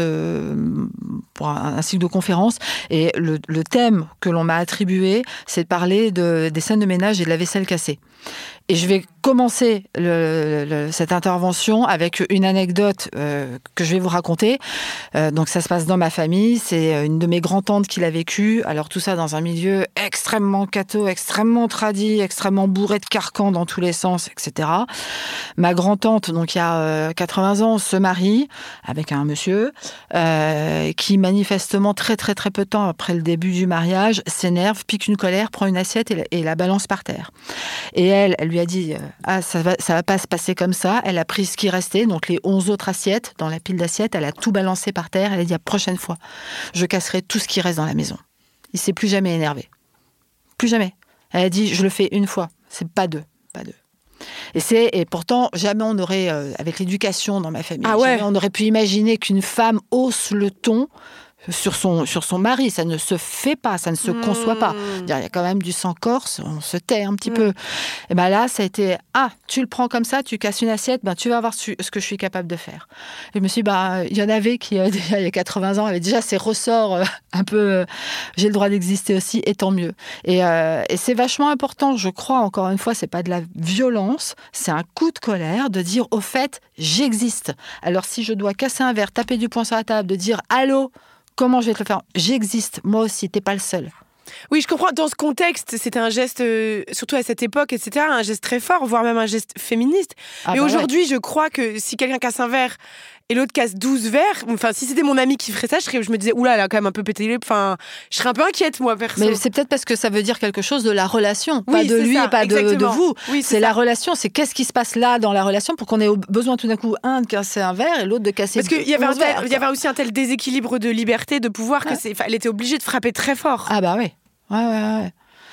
pour un cycle de conférences. Et le thème que l'on m'a attribué, c'est de parler des scènes de ménage et de la vaisselle cassée. Et je vais commencer cette intervention avec une anecdote que je vais vous raconter. Donc ça se passe dans ma famille. C'est une de mes grands-tantes qui l'a vécu. Alors tout ça dans un milieu extrêmement catho, extrêmement tradi, extrêmement bourré de carcans dans tous les sens, etc. Ma grand-tante, donc il y a 80 ans, se marie avec un monsieur qui manifestement très très très peu de temps après le début du mariage s'énerve, pique une colère, prend une assiette et la balance par terre. Et elle lui a dit ça va pas se passer comme ça. Elle a pris ce qui restait, donc les 11 autres assiettes, dans la pile d'assiettes, elle a tout balancé par terre. Elle a dit la prochaine fois, je casserai tout ce qui reste dans la maison. Il s'est plus jamais énervé. Plus jamais. Elle a dit je le fais une fois, c'est pas deux. Et pourtant, jamais on aurait, avec l'éducation dans ma famille, jamais on aurait pu imaginer qu'une femme hausse le ton sur son mari. Ça ne se fait pas, ça ne se conçoit pas. Il y a quand même du sang corse, on se tait un petit peu. Et ben là, ça a été tu le prends comme ça, tu casses une assiette, tu vas voir ce que je suis capable de faire. Et je me suis dit, il y en avait qui, il y a 80 ans, avaient déjà ces ressorts un peu, j'ai le droit d'exister aussi, et tant mieux. Et c'est vachement important, je crois, encore une fois, c'est pas de la violence, c'est un coup de colère de dire, au fait, j'existe. Alors si je dois casser un verre, taper du poing sur la table, de dire, allô, comment je vais te le faire? J'existe, moi aussi, t'es pas le seul. Oui, je comprends. Dans ce contexte, c'était un geste, surtout à cette époque, etc., un geste très fort, voire même un geste féministe. Mais aujourd'hui, je crois que si quelqu'un casse un verre et l'autre casse 12 verres, enfin, si c'était mon ami qui ferait ça, je me disais, oula, elle a quand même un peu pété les... Enfin, je serais un peu inquiète, moi, perso. Mais c'est peut-être parce que ça veut dire quelque chose de la relation, pas Oui, de lui ça, et pas de vous. Oui, c'est la relation, c'est qu'est-ce qui se passe là dans la relation pour qu'on ait besoin tout d'un coup, un de casser un verre et l'autre de casser parce qu'il y avait verres, il y avait aussi un tel déséquilibre de liberté, de pouvoir, elle était obligée de frapper très fort. Ah bah oui, ouais.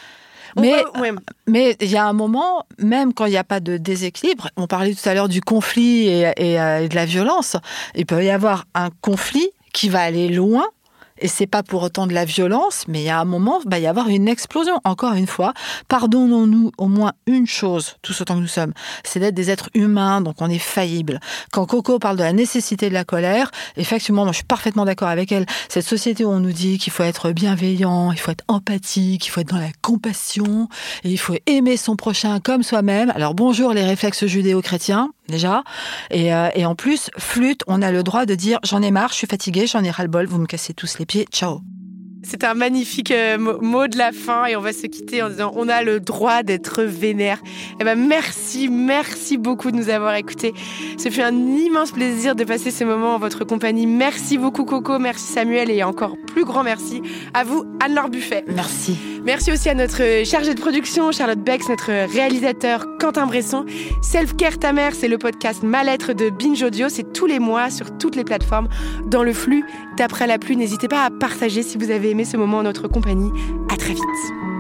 Mais il y a un moment, même quand il n'y a pas de déséquilibre, on parlait tout à l'heure du conflit et de la violence, il peut y avoir un conflit qui va aller loin, et c'est pas pour autant de la violence, mais il y a un moment, il va y avoir une explosion. Encore une fois, pardonnons-nous au moins une chose, tous autant que nous sommes, c'est d'être des êtres humains, donc on est faillible. Quand Coco parle de la nécessité de la colère, effectivement, moi je suis parfaitement d'accord avec elle. Cette société où on nous dit qu'il faut être bienveillant, il faut être empathique, il faut être dans la compassion, et il faut aimer son prochain comme soi-même. Alors bonjour les réflexes judéo-chrétiens, déjà. Et en plus, flûte, on a le droit de dire « j'en ai marre, je suis fatiguée, j'en ai ras-le-bol, vous me cassez tous les pieds, ciao ». C'est un magnifique mot de la fin et on va se quitter en disant on a le droit d'être vénère. Eh ben merci beaucoup de nous avoir écoutés. Ce fut un immense plaisir de passer ce moment en votre compagnie. Merci beaucoup Coco, merci Samuel et encore plus grand merci à vous Anne-Laure Buffet. Merci. Merci aussi à notre chargée de production Charlotte Bex, notre réalisateur Quentin Bresson. Self Care ta mère, c'est le podcast Mal-être de Binge Audio, c'est tous les mois sur toutes les plateformes dans le flux d'après la pluie. N'hésitez pas à partager si vous avez aimé ce moment en notre compagnie. À très vite.